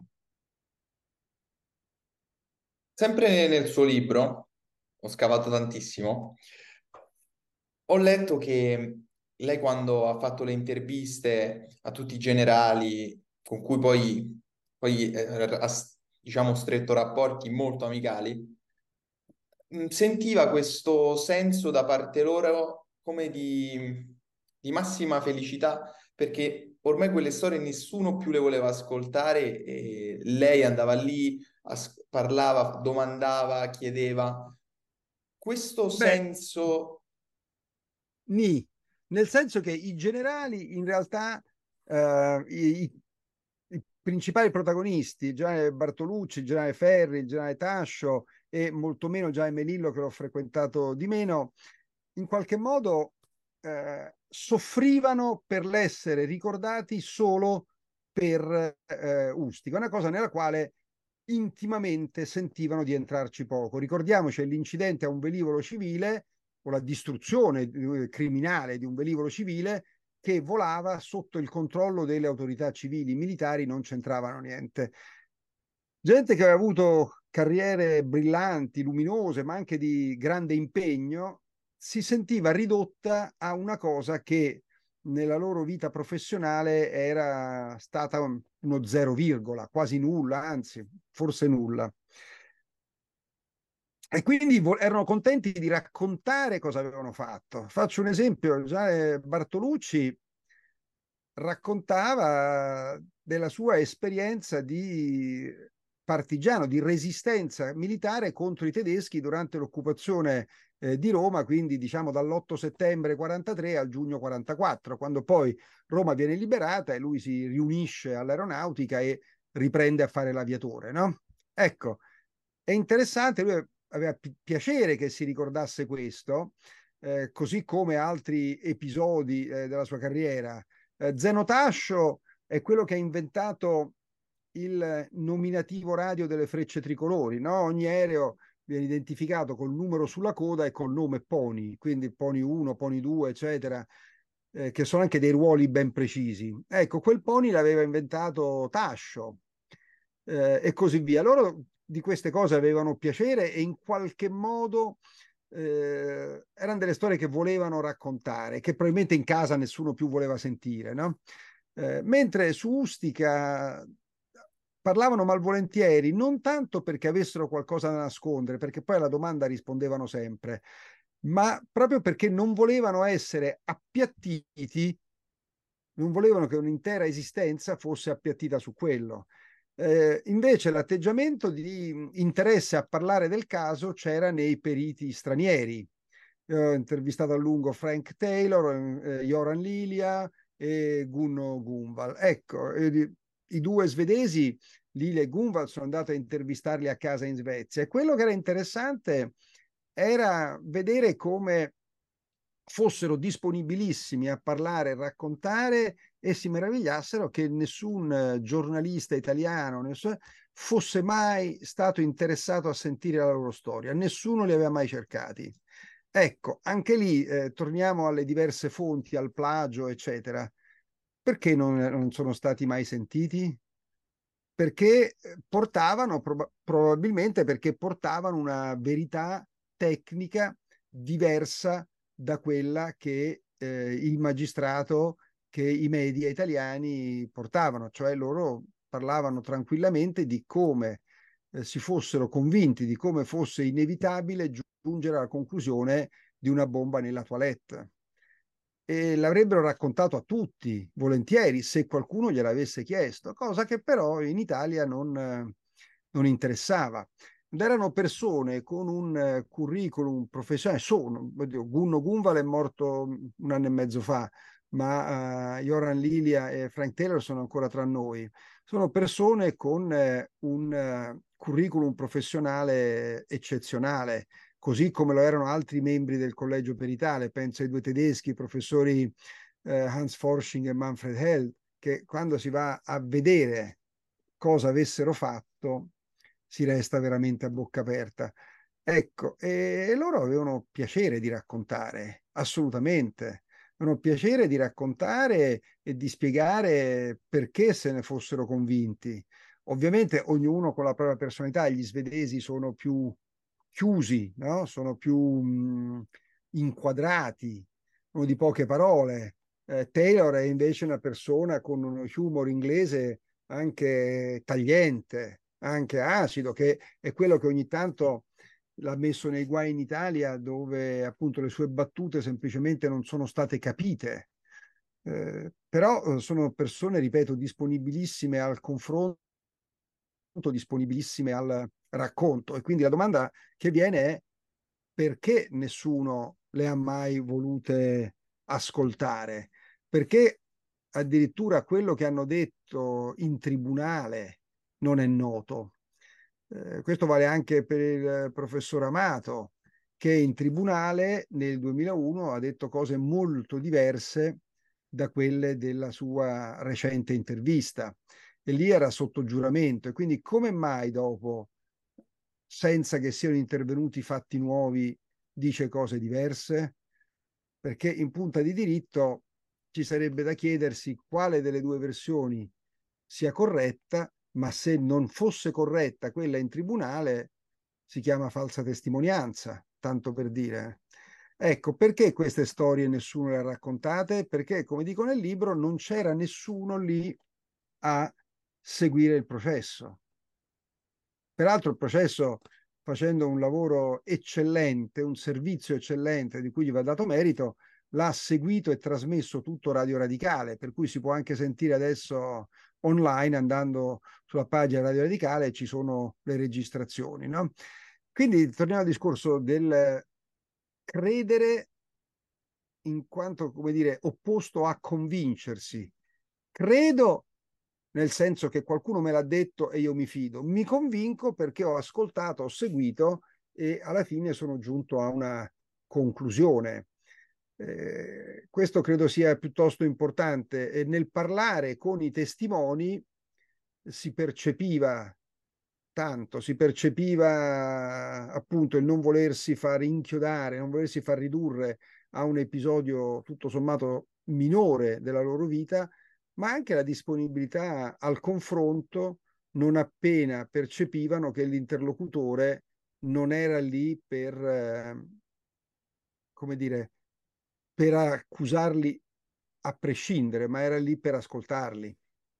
Sempre nel suo libro, ho scavato tantissimo, ho letto che lei quando ha fatto le interviste a tutti i generali con cui poi ha, diciamo, stretto rapporti molto amicali, sentiva questo senso da parte loro come di massima felicità, perché ormai quelle storie nessuno più le voleva ascoltare e lei andava lì, parlava, domandava, chiedeva. Questo
Beh,
senso.
Ni, nel senso che i generali in realtà i principali protagonisti, il generale Bartolucci, il generale Ferri, il generale Tascio e molto meno il generale Melillo che l'ho frequentato di meno, in qualche modo soffrivano per l'essere ricordati solo per Ustica, una cosa nella quale intimamente sentivano di entrarci poco. Ricordiamoci l'incidente a un velivolo civile o la distruzione criminale di un velivolo civile che volava sotto il controllo delle autorità civili, militari non c'entravano niente. Gente che aveva avuto carriere brillanti, luminose, ma anche di grande impegno, si sentiva ridotta a una cosa che nella loro vita professionale era stata uno zero virgola, quasi nulla, anzi, forse nulla. E quindi erano contenti di raccontare cosa avevano fatto. Faccio un esempio, già Bartolucci raccontava della sua esperienza di partigiano, di resistenza militare contro i tedeschi durante l'occupazione di Roma, quindi diciamo dall'8 settembre 43 al giugno 44, quando poi Roma viene liberata e lui si riunisce all'aeronautica e riprende a fare l'aviatore, no? Ecco, è interessante, lui aveva piacere che si ricordasse questo, così come altri episodi della sua carriera. Zeno Tascio è quello che ha inventato il nominativo radio delle frecce tricolori, no? Ogni aereo viene identificato col numero sulla coda e col nome Pony, quindi Pony 1, Pony 2, eccetera, che sono anche dei ruoli ben precisi. Ecco, quel Pony l'aveva inventato Tascio, e così via. Loro di queste cose avevano piacere e in qualche modo erano delle storie che volevano raccontare, che probabilmente in casa nessuno più voleva sentire, no? Mentre su Ustica parlavano malvolentieri, non tanto perché avessero qualcosa da nascondere, perché poi alla domanda rispondevano sempre, ma proprio perché non volevano essere appiattiti, non volevano che un'intera esistenza fosse appiattita su quello. Invece l'atteggiamento di interesse a parlare del caso c'era nei periti stranieri. Ho intervistato a lungo Frank Taylor, Joran Lilia e Gunno Gunvald. Ecco, i due svedesi, Lilia e Gunvald, sono andato a intervistarli a casa in Svezia. E quello che era interessante era vedere come fossero disponibilissimi a parlare e raccontare e si meravigliassero che nessun giornalista italiano fosse mai stato interessato a sentire la loro storia, nessuno li aveva mai cercati. Ecco, anche lì torniamo alle diverse fonti, al plagio, eccetera. Perché non sono stati mai sentiti? Perché portavano, probabilmente perché portavano una verità tecnica diversa da quella che il magistrato, che i media italiani portavano, cioè loro parlavano tranquillamente di come si fossero convinti di come fosse inevitabile giungere alla conclusione di una bomba nella toilette. E l'avrebbero raccontato a tutti, volentieri, se qualcuno gliel'avesse chiesto, cosa che però in Italia non interessava. Ed erano persone con un curriculum professionale, Gunno Gunval è morto un anno e mezzo fa, ma Joran Lilia e Frank Taylor sono ancora tra noi. Sono persone con un curriculum professionale eccezionale, così come lo erano altri membri del collegio peritale. Penso ai due tedeschi, i professori Hans Forsching e Manfred Held, che quando si va a vedere cosa avessero fatto si resta veramente a bocca aperta. Ecco, e loro avevano piacere di raccontare, assolutamente. Avevano piacere di raccontare e di spiegare perché se ne fossero convinti. Ovviamente ognuno con la propria personalità, gli svedesi sono più chiusi, no? Sono più inquadrati, sono di poche parole. Taylor è invece una persona con uno humor inglese anche tagliente, anche acido, che è quello che ogni tanto l'ha messo nei guai in Italia, dove appunto le sue battute semplicemente non sono state capite. Però sono persone, ripeto, disponibilissime al confronto, disponibilissime al racconto. E quindi la domanda che viene è: perché nessuno le ha mai volute ascoltare? Perché addirittura quello che hanno detto in tribunale non è noto? Questo vale anche per il professor Amato, che in tribunale nel 2001 ha detto cose molto diverse da quelle della sua recente intervista. E lì era sotto giuramento. E quindi come mai dopo, senza che siano intervenuti fatti nuovi, dice cose diverse? Perché in punta di diritto ci sarebbe da chiedersi quale delle due versioni sia corretta, ma se non fosse corretta quella in tribunale si chiama falsa testimonianza, tanto per dire. Ecco, perché queste storie nessuno le ha raccontate? Perché, come dico nel libro, non c'era nessuno lì a seguire il processo. Peraltro il processo, facendo un lavoro eccellente, un servizio eccellente di cui gli va dato merito, l'ha seguito e trasmesso tutto Radio Radicale, per cui si può anche sentire adesso online andando sulla pagina Radio Radicale, ci sono le registrazioni, no? Quindi torniamo al discorso del credere in quanto, come dire, opposto a convincersi. Credo nel senso che qualcuno me l'ha detto e io mi fido. Mi convinco perché ho ascoltato, ho seguito e alla fine sono giunto a una conclusione. Questo credo sia piuttosto importante e nel parlare con i testimoni si percepiva tanto, si percepiva appunto il non volersi far inchiodare, non volersi far ridurre a un episodio tutto sommato minore della loro vita, ma anche la disponibilità al confronto non appena percepivano che l'interlocutore non era lì per, come dire, per accusarli a prescindere, ma era lì per ascoltarli.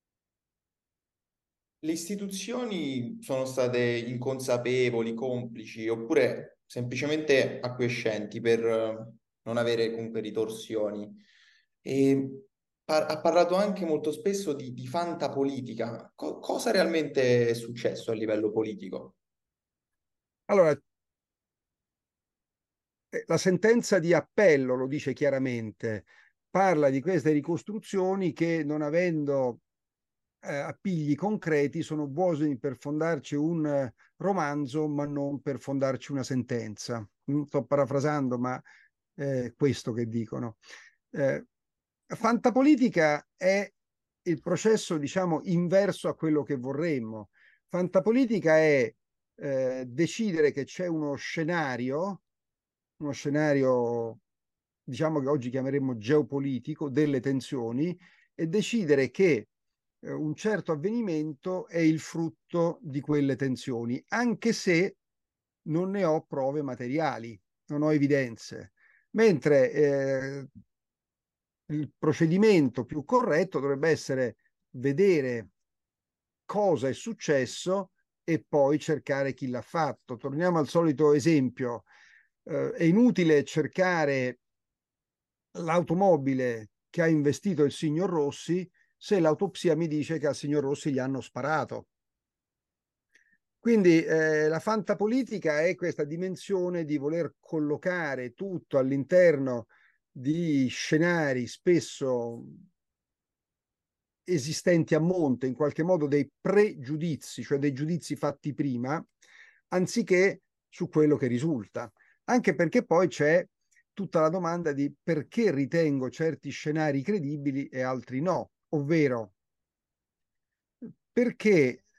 Le istituzioni sono state inconsapevoli, complici, oppure semplicemente acquiescenti per non avere comunque ritorsioni. E ha parlato anche molto spesso di fantapolitica. Cosa realmente è successo a livello politico?
Allora, la sentenza di appello lo dice chiaramente, parla di queste ricostruzioni che non avendo appigli concreti sono buoni per fondarci un romanzo, ma non per fondarci una sentenza. Sto parafrasando, ma è questo che dicono. Eh, Fantapolitica è il processo, diciamo, inverso a quello che vorremmo. Fantapolitica è decidere che c'è uno scenario, diciamo che oggi chiameremmo geopolitico, delle tensioni, e decidere che un certo avvenimento è il frutto di quelle tensioni, anche se non ne ho prove materiali, non ho evidenze. Mentre il procedimento più corretto dovrebbe essere vedere cosa è successo e poi cercare chi l'ha fatto. Torniamo al solito esempio. È inutile cercare l'automobile che ha investito il signor Rossi se l'autopsia mi dice che al signor Rossi gli hanno sparato. Quindi la fantapolitica è questa dimensione di voler collocare tutto all'interno di scenari spesso esistenti a monte, in qualche modo dei pregiudizi, cioè dei giudizi fatti prima, anziché su quello che risulta. Anche perché poi c'è tutta la domanda di perché ritengo certi scenari credibili e altri no, ovvero perché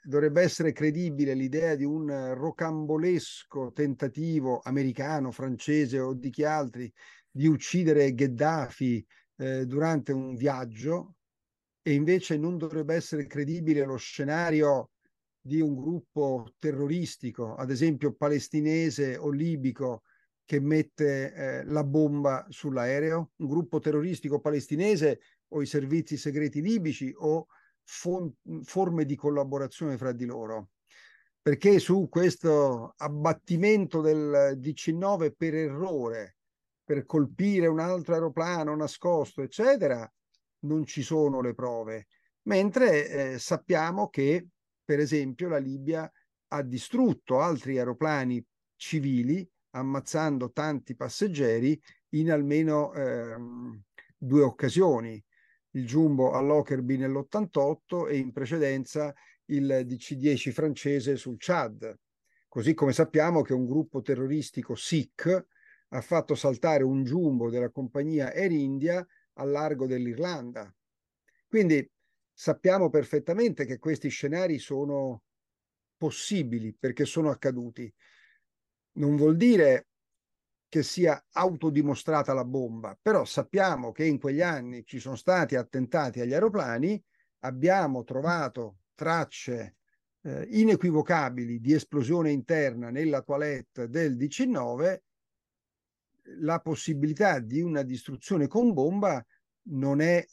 dovrebbe essere credibile l'idea di un rocambolesco tentativo americano, francese o di chi altri di uccidere Gheddafi durante un viaggio, e invece non dovrebbe essere credibile lo scenario di un gruppo terroristico, ad esempio palestinese o libico, che mette la bomba sull'aereo, un gruppo terroristico palestinese o i servizi segreti libici o forme di collaborazione fra di loro. Perché su questo abbattimento del DC-9 per errore, per colpire un altro aeroplano nascosto, eccetera, non ci sono le prove. Mentre sappiamo che, per esempio, la Libia ha distrutto altri aeroplani civili, ammazzando tanti passeggeri in almeno 2 occasioni. Il Jumbo a Lockerbie nell'88 e in precedenza il DC-10 francese sul Chad. Così come sappiamo che un gruppo terroristico Sikh ha fatto saltare un Jumbo della compagnia Air India al largo dell'Irlanda. Quindi sappiamo perfettamente che questi scenari sono possibili perché sono accaduti. Non vuol dire che sia autodimostrata la bomba, però sappiamo che in quegli anni ci sono stati attentati agli aeroplani, abbiamo trovato tracce inequivocabili di esplosione interna nella toilette del DC-9. La possibilità di una distruzione con bomba non è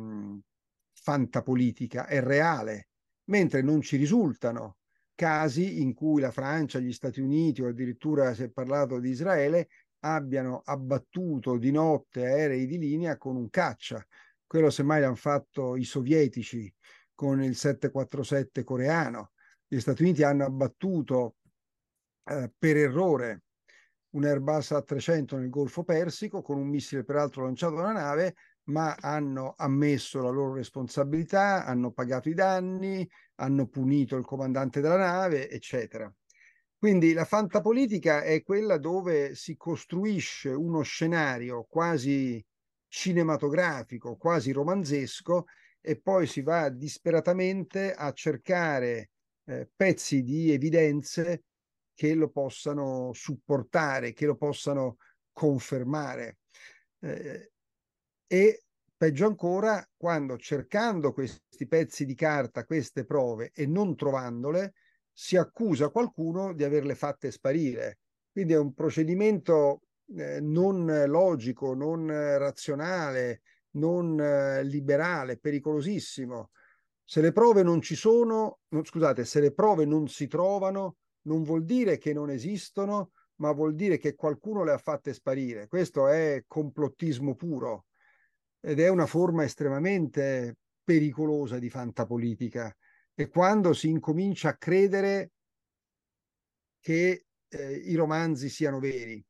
fantapolitica, è reale, mentre non ci risultano casi in cui la Francia, gli Stati Uniti o addirittura si è parlato di Israele abbiano abbattuto di notte aerei di linea con un caccia. Quello semmai l'hanno fatto i sovietici con il 747 coreano. Gli Stati Uniti hanno abbattuto per errore un Airbus A300 nel Golfo Persico con un missile peraltro lanciato da una nave, ma hanno ammesso la loro responsabilità, hanno pagato i danni, hanno punito il comandante della nave, eccetera. Quindi la fantapolitica è quella dove si costruisce uno scenario quasi cinematografico, quasi romanzesco, e poi si va disperatamente a cercare pezzi di evidenze che lo possano supportare, che lo possano confermare. E peggio ancora, quando cercando questi pezzi di carta, queste prove e non trovandole, si accusa qualcuno di averle fatte sparire. Quindi è un procedimento non logico, non razionale, non liberale, pericolosissimo. Se le prove non ci sono, no, scusate, se le prove non si trovano, non vuol dire che non esistono, ma vuol dire che qualcuno le ha fatte sparire. Questo è complottismo puro ed è una forma estremamente pericolosa di fantapolitica. E quando si incomincia a credere che i romanzi siano veri,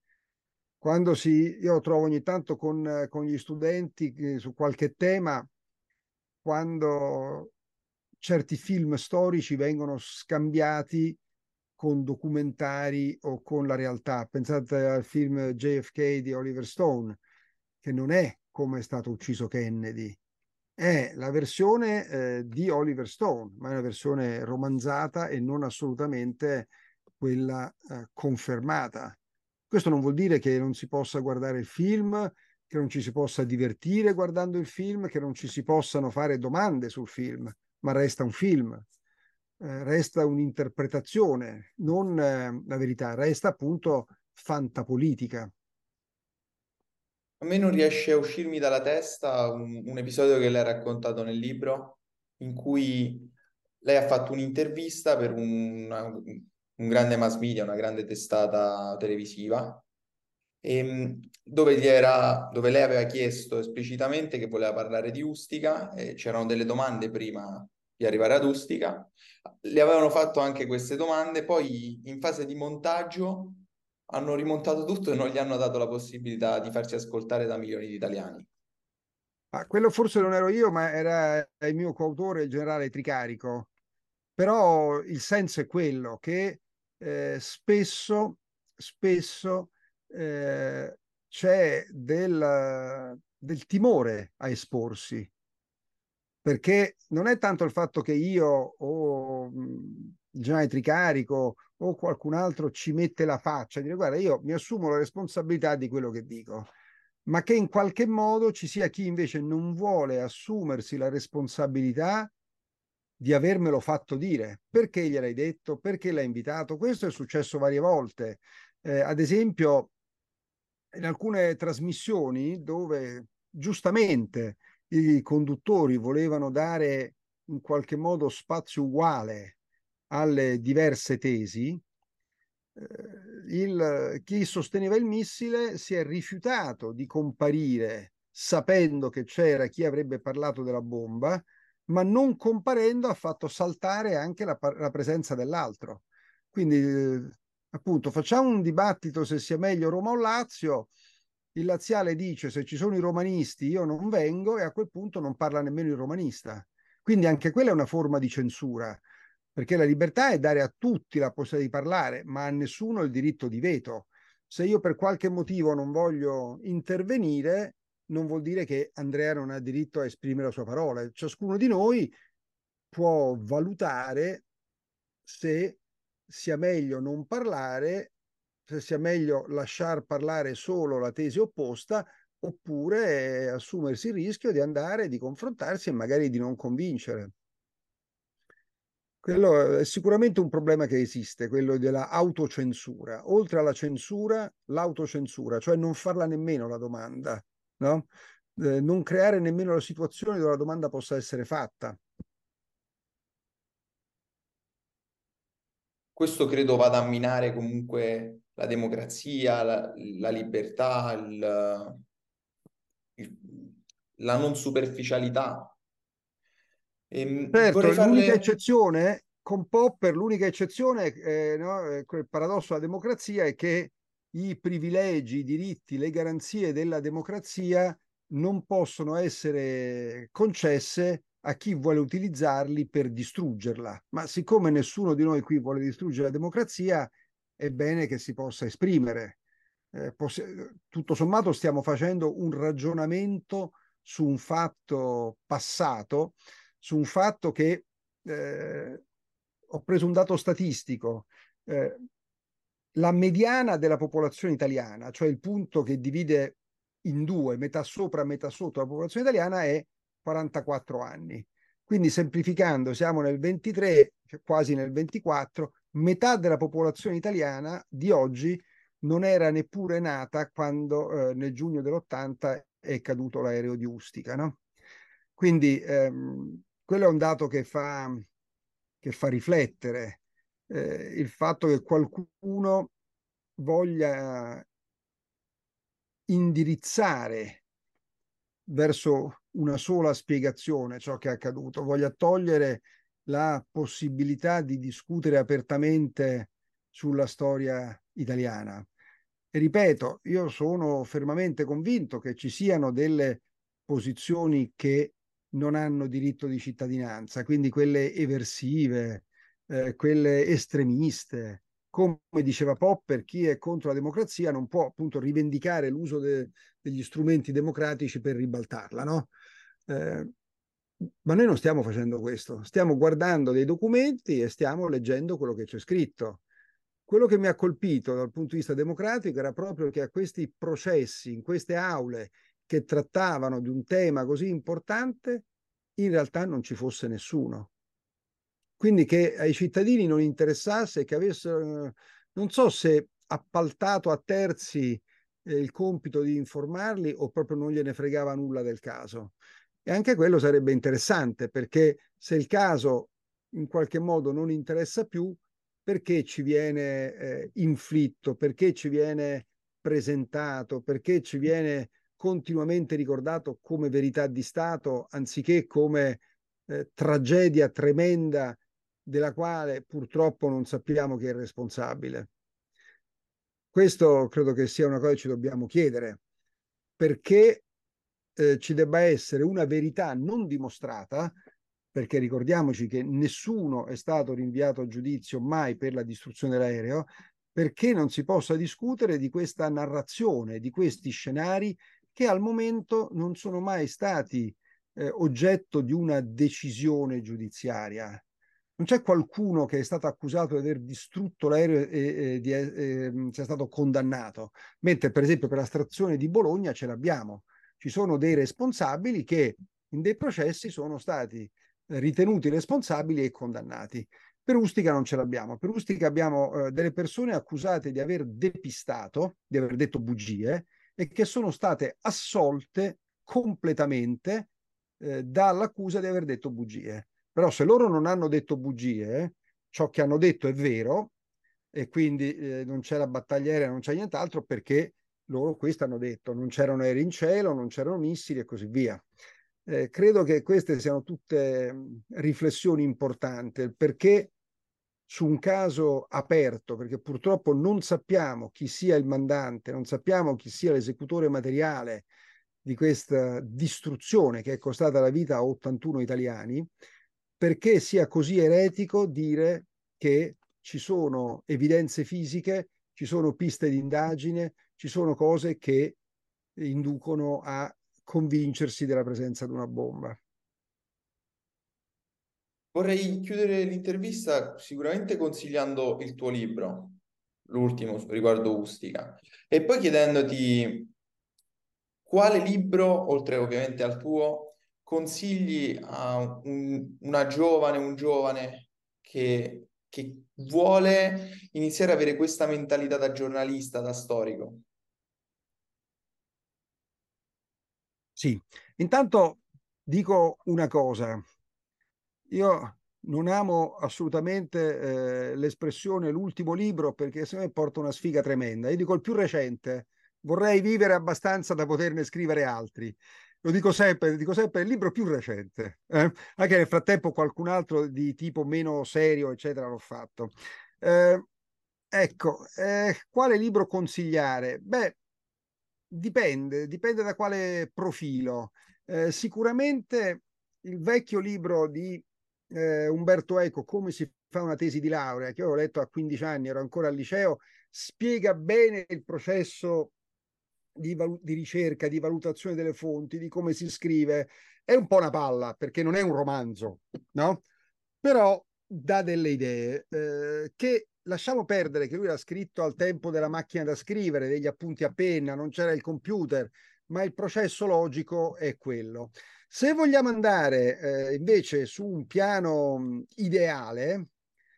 io trovo ogni tanto con gli studenti su qualche tema, quando certi film storici vengono scambiati con documentari o con la realtà. Pensate al film JFK di Oliver Stone, che non è come è stato ucciso Kennedy, è la versione di Oliver Stone, ma è una versione romanzata e non assolutamente quella confermata. Questo non vuol dire che non si possa guardare il film, che non ci si possa divertire guardando il film, che non ci si possano fare domande sul film, ma resta un film, resta un'interpretazione, non la verità, resta appunto fantapolitica.
A me non riesce a uscirmi dalla testa un episodio che lei ha raccontato nel libro, in cui lei ha fatto un'intervista per un grande mass media, una grande testata televisiva, dove lei aveva chiesto esplicitamente che voleva parlare di Ustica, e c'erano delle domande prima di arrivare ad Ustica. Le avevano fatto anche queste domande, poi in fase di montaggio hanno rimontato tutto e non gli hanno dato la possibilità di farsi ascoltare da milioni di italiani.
Ah, quello forse non ero io, ma era il mio coautore, il generale Tricarico. Però il senso è quello che spesso c'è del timore a esporsi, perché non è tanto il fatto che io o il generale Tricarico o qualcun altro ci mette la faccia, dire guarda, io mi assumo la responsabilità di quello che dico, ma che in qualche modo ci sia chi invece non vuole assumersi la responsabilità di avermelo fatto dire. Perché gliel'hai detto? Perché l'hai invitato? Questo è successo varie volte. Ad esempio, in alcune trasmissioni dove giustamente i conduttori volevano dare in qualche modo spazio uguale alle diverse tesi, chi sosteneva il missile si è rifiutato di comparire sapendo che c'era chi avrebbe parlato della bomba, ma non comparendo ha fatto saltare anche la presenza dell'altro. Quindi, appunto, facciamo un dibattito se sia meglio Roma o Lazio. Il laziale dice se ci sono i romanisti io non vengo e a quel punto non parla nemmeno il romanista. Quindi anche quella è una forma di censura, perché la libertà è dare a tutti la possibilità di parlare, ma a nessuno il diritto di veto. Se io per qualche motivo non voglio intervenire, non vuol dire che Andrea non ha diritto a esprimere la sua parola. Ciascuno di noi può valutare se sia meglio non parlare, se sia meglio lasciar parlare solo la tesi opposta, oppure assumersi il rischio di andare, di confrontarsi e magari di non convincere. Quello è sicuramente un problema che esiste, quello della autocensura. Oltre alla censura, l'autocensura, cioè non farla nemmeno la domanda, no? Non creare nemmeno la situazione dove la domanda possa essere fatta.
Questo credo vada a minare comunque la democrazia, la libertà, la non superficialità.
Certo,
Vorrei
l'unica
farle...
eccezione, con Popper, l'unica eccezione, no, quel paradosso della democrazia è che i privilegi, i diritti, le garanzie della democrazia non possono essere concesse a chi vuole utilizzarli per distruggerla. Ma siccome nessuno di noi qui vuole distruggere la democrazia, è bene che si possa esprimere. Tutto sommato stiamo facendo un ragionamento su un fatto passato, su un fatto che ho preso un dato statistico. Eh, la mediana della popolazione italiana, cioè il punto che divide in due, metà sopra, metà sotto la popolazione italiana, è 44 anni. Quindi semplificando, siamo nel 23, quasi nel 24, metà della popolazione italiana di oggi non era neppure nata quando nel giugno dell'80 è caduto l'aereo di Ustica, no? Quindi quello è un dato che fa riflettere il fatto che qualcuno voglia indirizzare verso una sola spiegazione ciò che è accaduto, voglia togliere la possibilità di discutere apertamente sulla storia italiana. E ripeto, io sono fermamente convinto che ci siano delle posizioni che non hanno diritto di cittadinanza, quindi quelle eversive, quelle estremiste. Come diceva Popper, chi è contro la democrazia non può appunto rivendicare l'uso degli strumenti democratici per ribaltarla, no? Eh, ma noi non stiamo facendo questo, stiamo guardando dei documenti e stiamo leggendo quello che c'è scritto. Quello che mi ha colpito dal punto di vista democratico era proprio che a questi processi, in queste aule che trattavano di un tema così importante, in realtà non ci fosse nessuno. Quindi che ai cittadini non interessasse, che avessero, non so se appaltato a terzi il compito di informarli o proprio non gliene fregava nulla del caso. E anche quello sarebbe interessante perché se il caso in qualche modo non interessa più, perché ci viene inflitto, perché ci viene presentato, perché ci viene continuamente ricordato come verità di Stato anziché come tragedia tremenda della quale purtroppo non sappiamo chi è responsabile. Questo credo che sia una cosa che ci dobbiamo chiedere, perché ci debba essere una verità non dimostrata, perché ricordiamoci che nessuno è stato rinviato a giudizio mai per la distruzione dell'aereo, perché non si possa discutere di questa narrazione, di questi scenari che al momento non sono mai stati oggetto di una decisione giudiziaria. Non c'è qualcuno che è stato accusato di aver distrutto l'aereo e sia stato condannato, mentre per esempio per la stazione di Bologna ce l'abbiamo. Ci sono dei responsabili che in dei processi sono stati ritenuti responsabili e condannati. Per Ustica non ce l'abbiamo. Per Ustica abbiamo delle persone accusate di aver depistato, di aver detto bugie e che sono state assolte completamente dall'accusa di aver detto bugie. Però se loro non hanno detto bugie, ciò che hanno detto è vero e quindi non c'era battaglia aerea, non c'è nient'altro perché loro questo hanno detto, non c'erano aerei in cielo, non c'erano missili e così via. Credo che queste siano tutte riflessioni importanti perché su un caso aperto, perché purtroppo non sappiamo chi sia il mandante, non sappiamo chi sia l'esecutore materiale di questa distruzione che è costata la vita a 81 italiani, perché sia così eretico dire che ci sono evidenze fisiche, ci sono piste di indagine, ci sono cose che inducono a convincersi della presenza di una bomba.
Vorrei chiudere l'intervista sicuramente consigliando il tuo libro, l'ultimo riguardo Ustica, e poi chiedendoti quale libro, oltre ovviamente al tuo, consigli a una giovane, un giovane che vuole iniziare ad avere questa mentalità da giornalista, da storico?
Sì, intanto dico una cosa. Io non amo assolutamente l'espressione l'ultimo libro perché se me porta una sfiga tremenda. Io dico il più recente, vorrei vivere abbastanza da poterne scrivere altri. Lo dico sempre il libro più recente. Anche nel frattempo qualcun altro di tipo meno serio, eccetera, l'ho fatto. Eh, ecco, quale libro consigliare? Beh, dipende da quale profilo. Sicuramente il vecchio libro di Umberto Eco, Come si fa una tesi di laurea, che io ho letto a 15 anni, ero ancora al liceo, spiega bene il processo di ricerca, di valutazione delle fonti, di come si scrive. È un po' una palla, perché non è un romanzo, no? Però dà delle idee che lasciamo perdere che lui l'ha scritto al tempo della macchina da scrivere, degli appunti a penna, non c'era il computer, ma il processo logico è quello. Se vogliamo andare invece su un piano ideale,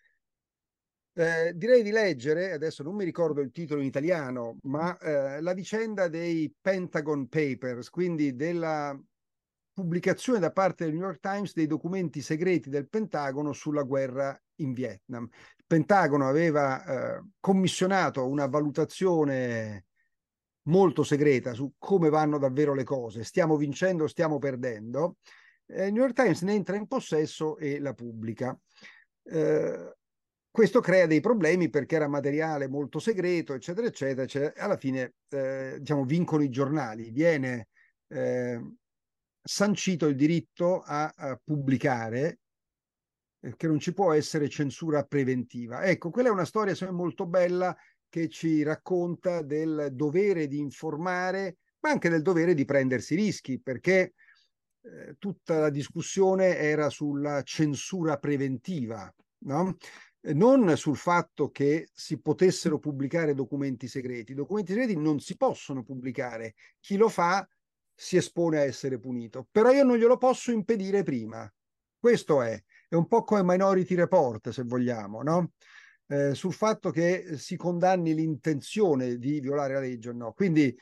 direi di leggere, adesso non mi ricordo il titolo in italiano, ma la vicenda dei Pentagon Papers, quindi della pubblicazione da parte del New York Times dei documenti segreti del Pentagono sulla guerra in Vietnam. Il Pentagono aveva commissionato una valutazione molto segreta su come vanno davvero le cose, stiamo vincendo, stiamo perdendo. Il New York Times ne entra in possesso e la pubblica. Eh, Questo crea dei problemi perché era materiale molto segreto, eccetera, eccetera, eccetera. Alla fine, diciamo, vincono i giornali, viene eh, sancito il diritto a pubblicare, che non ci può essere censura preventiva. Ecco, quella è una storia molto bella che ci racconta del dovere di informare, ma anche del dovere di prendersi rischi, perché tutta la discussione era sulla censura preventiva, no? Non sul fatto che si potessero pubblicare documenti segreti. I documenti segreti non si possono pubblicare. Chi lo fa si espone a essere punito, però io non glielo posso impedire prima. Questo è un po' come Minority Report, se vogliamo, no? Sul fatto che si condanni l'intenzione di violare la legge o no. Quindi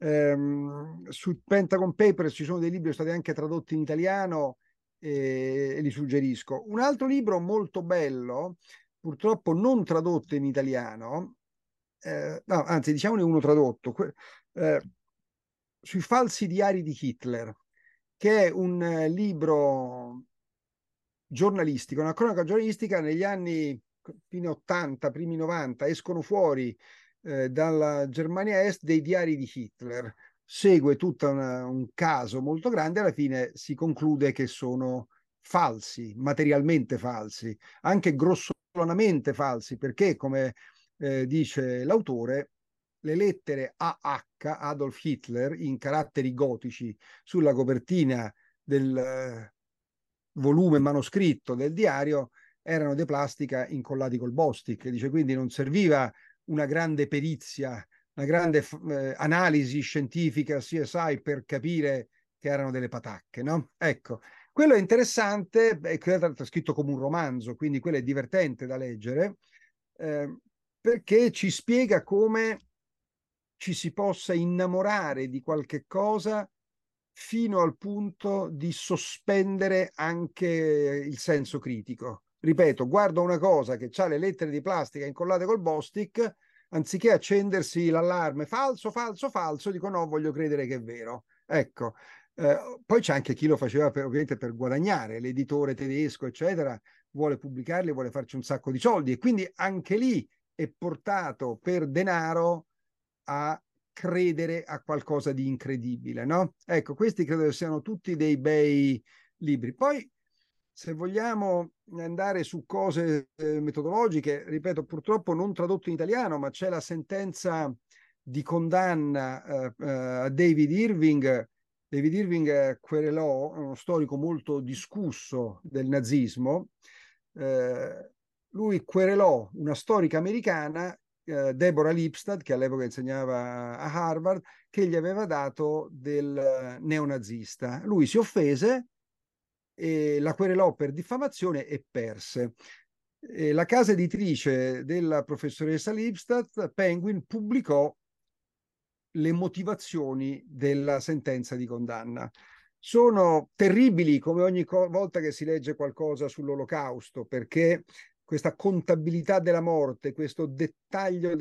sul Pentagon Papers ci sono dei libri che sono stati anche tradotti in italiano e li suggerisco. Un altro libro molto bello, purtroppo non tradotto in italiano, no, anzi diciamone uno tradotto, eh, sui falsi diari di Hitler, che è un libro giornalistico, una cronaca giornalistica negli anni fine 80, primi 90, escono fuori dalla Germania Est dei diari di Hitler. Segue tutto un caso molto grande, alla fine si conclude che sono falsi, materialmente falsi, anche grossolanamente falsi, perché come dice l'autore, le lettere AH, Adolf Hitler, in caratteri gotici sulla copertina del volume manoscritto del diario erano di plastica incollati col Bostik. Dice, quindi non serviva una grande perizia, una grande analisi scientifica CSI per capire che erano delle patacche, no? Ecco, quello è interessante, è scritto come un romanzo, quindi quello è divertente da leggere, perché ci spiega come ci si possa innamorare di qualche cosa fino al punto di sospendere anche il senso critico. Ripeto, guardo una cosa che ha le lettere di plastica incollate col Bostik, anziché accendersi l'allarme falso, falso, falso, dico no, voglio credere che è vero. Ecco, poi c'è anche chi lo faceva ovviamente per guadagnare, l'editore tedesco, eccetera, vuole pubblicarli, vuole farci un sacco di soldi e quindi anche lì è portato per denaro a credere a qualcosa di incredibile, no? Ecco, questi credo siano tutti dei bei libri. Poi, se vogliamo andare su cose metodologiche, ripeto, purtroppo non tradotto in italiano, ma c'è la sentenza di condanna a David Irving. David Irving querelò, uno storico molto discusso del nazismo, lui querelò una storica americana, Deborah Lipstadt, che all'epoca insegnava a Harvard, che gli aveva dato del neonazista. Lui si offese e la querelò per diffamazione e perse. E la casa editrice della professoressa Lipstadt, Penguin, pubblicò le motivazioni della sentenza di condanna. Sono terribili come ogni volta che si legge qualcosa sull'Olocausto, perché questa contabilità della morte, questo dettaglio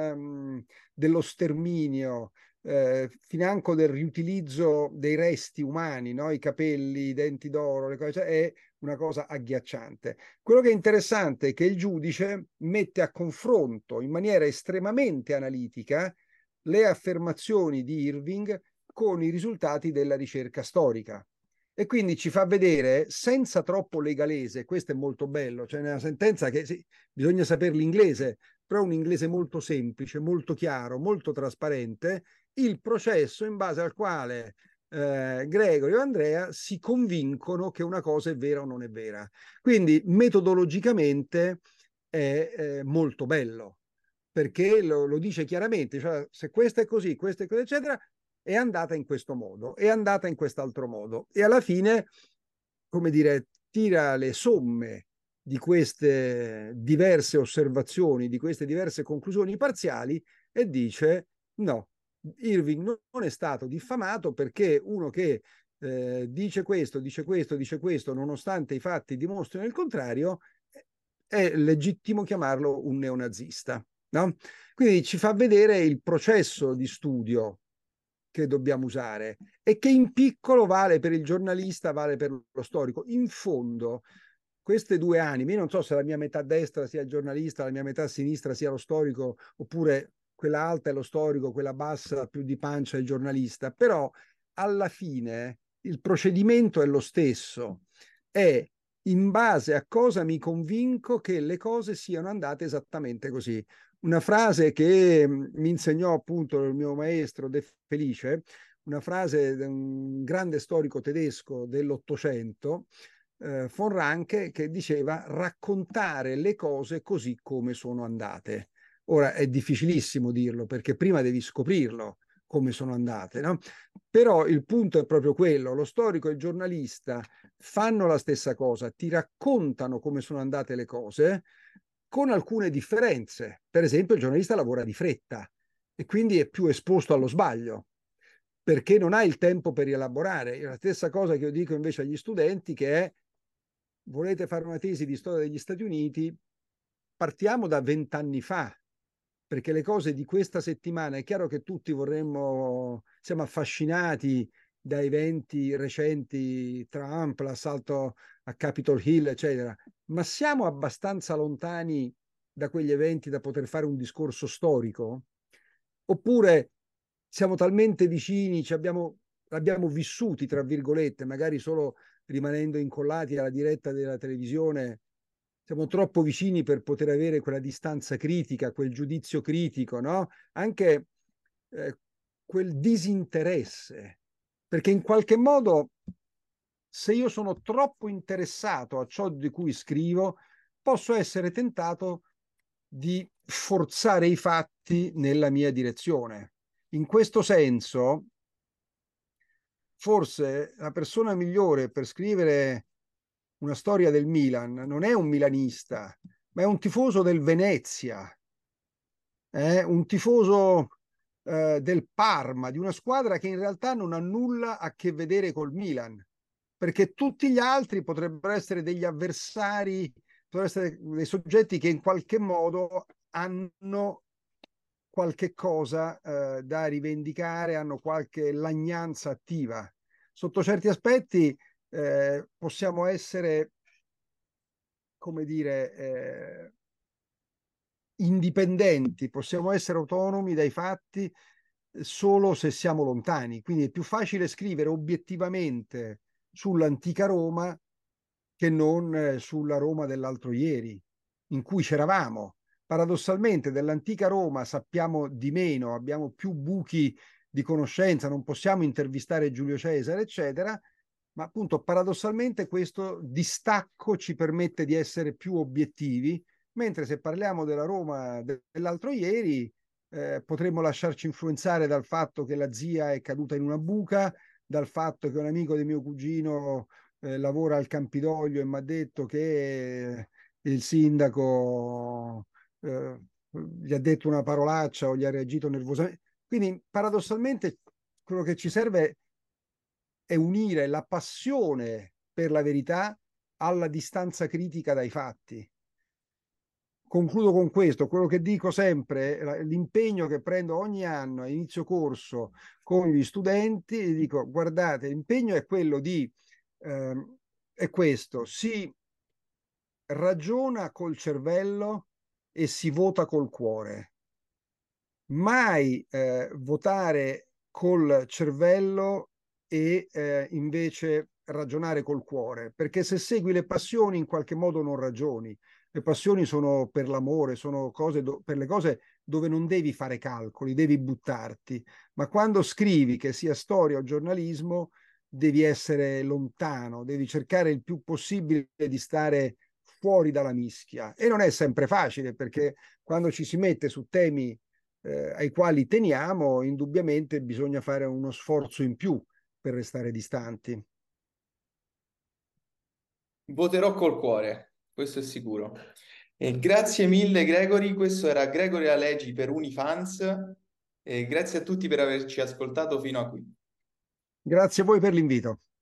dello sterminio, financo del riutilizzo dei resti umani, no? I capelli, i denti d'oro, le cose, è una cosa agghiacciante. Quello che è interessante è che il giudice mette a confronto in maniera estremamente analitica le affermazioni di Irving con i risultati della ricerca storica. E quindi ci fa vedere senza troppo legalese, questo è molto bello, cioè nella sentenza che sì, bisogna sapere l'inglese, però un inglese molto semplice, molto chiaro, molto trasparente, il processo in base al quale Gregorio e Andrea si convincono che una cosa è vera o non è vera. Quindi metodologicamente è molto bello, perché lo dice chiaramente, cioè, se questo è così, eccetera, è andata in questo modo, è andata in quest'altro modo. E alla fine, come dire, tira le somme di queste diverse osservazioni, di queste diverse conclusioni parziali e dice no, Irving non è stato diffamato perché uno che dice questo, dice questo, dice questo, nonostante i fatti dimostrino il contrario, è legittimo chiamarlo un neonazista. No? Quindi ci fa vedere il processo di studio che dobbiamo usare e che in piccolo vale per il giornalista, vale per lo storico. In fondo, queste due anime, io non so se la mia metà destra sia il giornalista, la mia metà sinistra sia lo storico, oppure quella alta è lo storico, quella bassa più di pancia è il giornalista, però alla fine il procedimento è lo stesso. È in base a cosa mi convinco che le cose siano andate esattamente così. Una frase che mi insegnò appunto il mio maestro De Felice, una frase di un grande storico tedesco dell'Ottocento, von Ranke, che diceva raccontare le cose così come sono andate. Ora è difficilissimo dirlo perché prima devi scoprirlo come sono andate, no? Però il punto è proprio quello, lo storico e il giornalista fanno la stessa cosa, ti raccontano come sono andate le cose con alcune differenze. Per esempio, il giornalista lavora di fretta e quindi è più esposto allo sbaglio perché non ha il tempo per rielaborare. È la stessa cosa che io dico invece agli studenti, che è: volete fare una tesi di storia degli Stati Uniti? Partiamo da 20 anni fa, perché le cose di questa settimana, è chiaro che tutti siamo affascinati dai eventi recenti, Trump, l'assalto a Capitol Hill, eccetera, ma siamo abbastanza lontani da quegli eventi da poter fare un discorso storico? Oppure siamo talmente vicini, abbiamo vissuti, tra virgolette, magari solo rimanendo incollati alla diretta della televisione, siamo troppo vicini per poter avere quella distanza critica, quel giudizio critico, no? Anche quel disinteresse, perché in qualche modo se io sono troppo interessato a ciò di cui scrivo, posso essere tentato di forzare i fatti nella mia direzione. In questo senso, forse la persona migliore per scrivere una storia del Milan non è un milanista, ma è un tifoso del Venezia, un tifoso del Parma, di una squadra che in realtà non ha nulla a che vedere col Milan, perché tutti gli altri potrebbero essere degli avversari, potrebbero essere dei soggetti che in qualche modo hanno qualche cosa da rivendicare, hanno qualche lagnanza attiva. Sotto certi aspetti possiamo essere, come dire, indipendenti, possiamo essere autonomi dai fatti solo se siamo lontani. Quindi è più facile scrivere obiettivamente sull'antica Roma che non sulla Roma dell'altro ieri, in cui c'eravamo. Paradossalmente dell'antica Roma sappiamo di meno, abbiamo più buchi di conoscenza, non possiamo intervistare Giulio Cesare, eccetera, ma appunto paradossalmente questo distacco ci permette di essere più obiettivi, mentre se parliamo della Roma dell'altro ieri potremmo lasciarci influenzare dal fatto che la zia è caduta in una buca, dal fatto che un amico di mio cugino lavora al Campidoglio e mi ha detto che il sindaco gli ha detto una parolaccia o gli ha reagito nervosamente. Quindi paradossalmente quello che ci serve è unire la passione per la verità alla distanza critica dai fatti. Concludo con questo, quello che dico sempre, l'impegno che prendo ogni anno a inizio corso con gli studenti, dico guardate, l'impegno è quello di, è questo, si ragiona col cervello e si vota col cuore. Mai votare col cervello e invece ragionare col cuore, perché se segui le passioni in qualche modo non ragioni. Le passioni sono per l'amore, sono cose per le cose dove non devi fare calcoli, devi buttarti, ma quando scrivi, che sia storia o giornalismo, devi essere lontano, devi cercare il più possibile di stare fuori dalla mischia. E non è sempre facile, perché quando ci si mette su temi ai quali teniamo, indubbiamente bisogna fare uno sforzo in più per restare distanti.
Voterò col cuore, questo è sicuro. E grazie mille Gregory, questo era Gregory Alegi per Unifans e grazie a tutti per averci ascoltato fino a qui.
Grazie a voi per l'invito.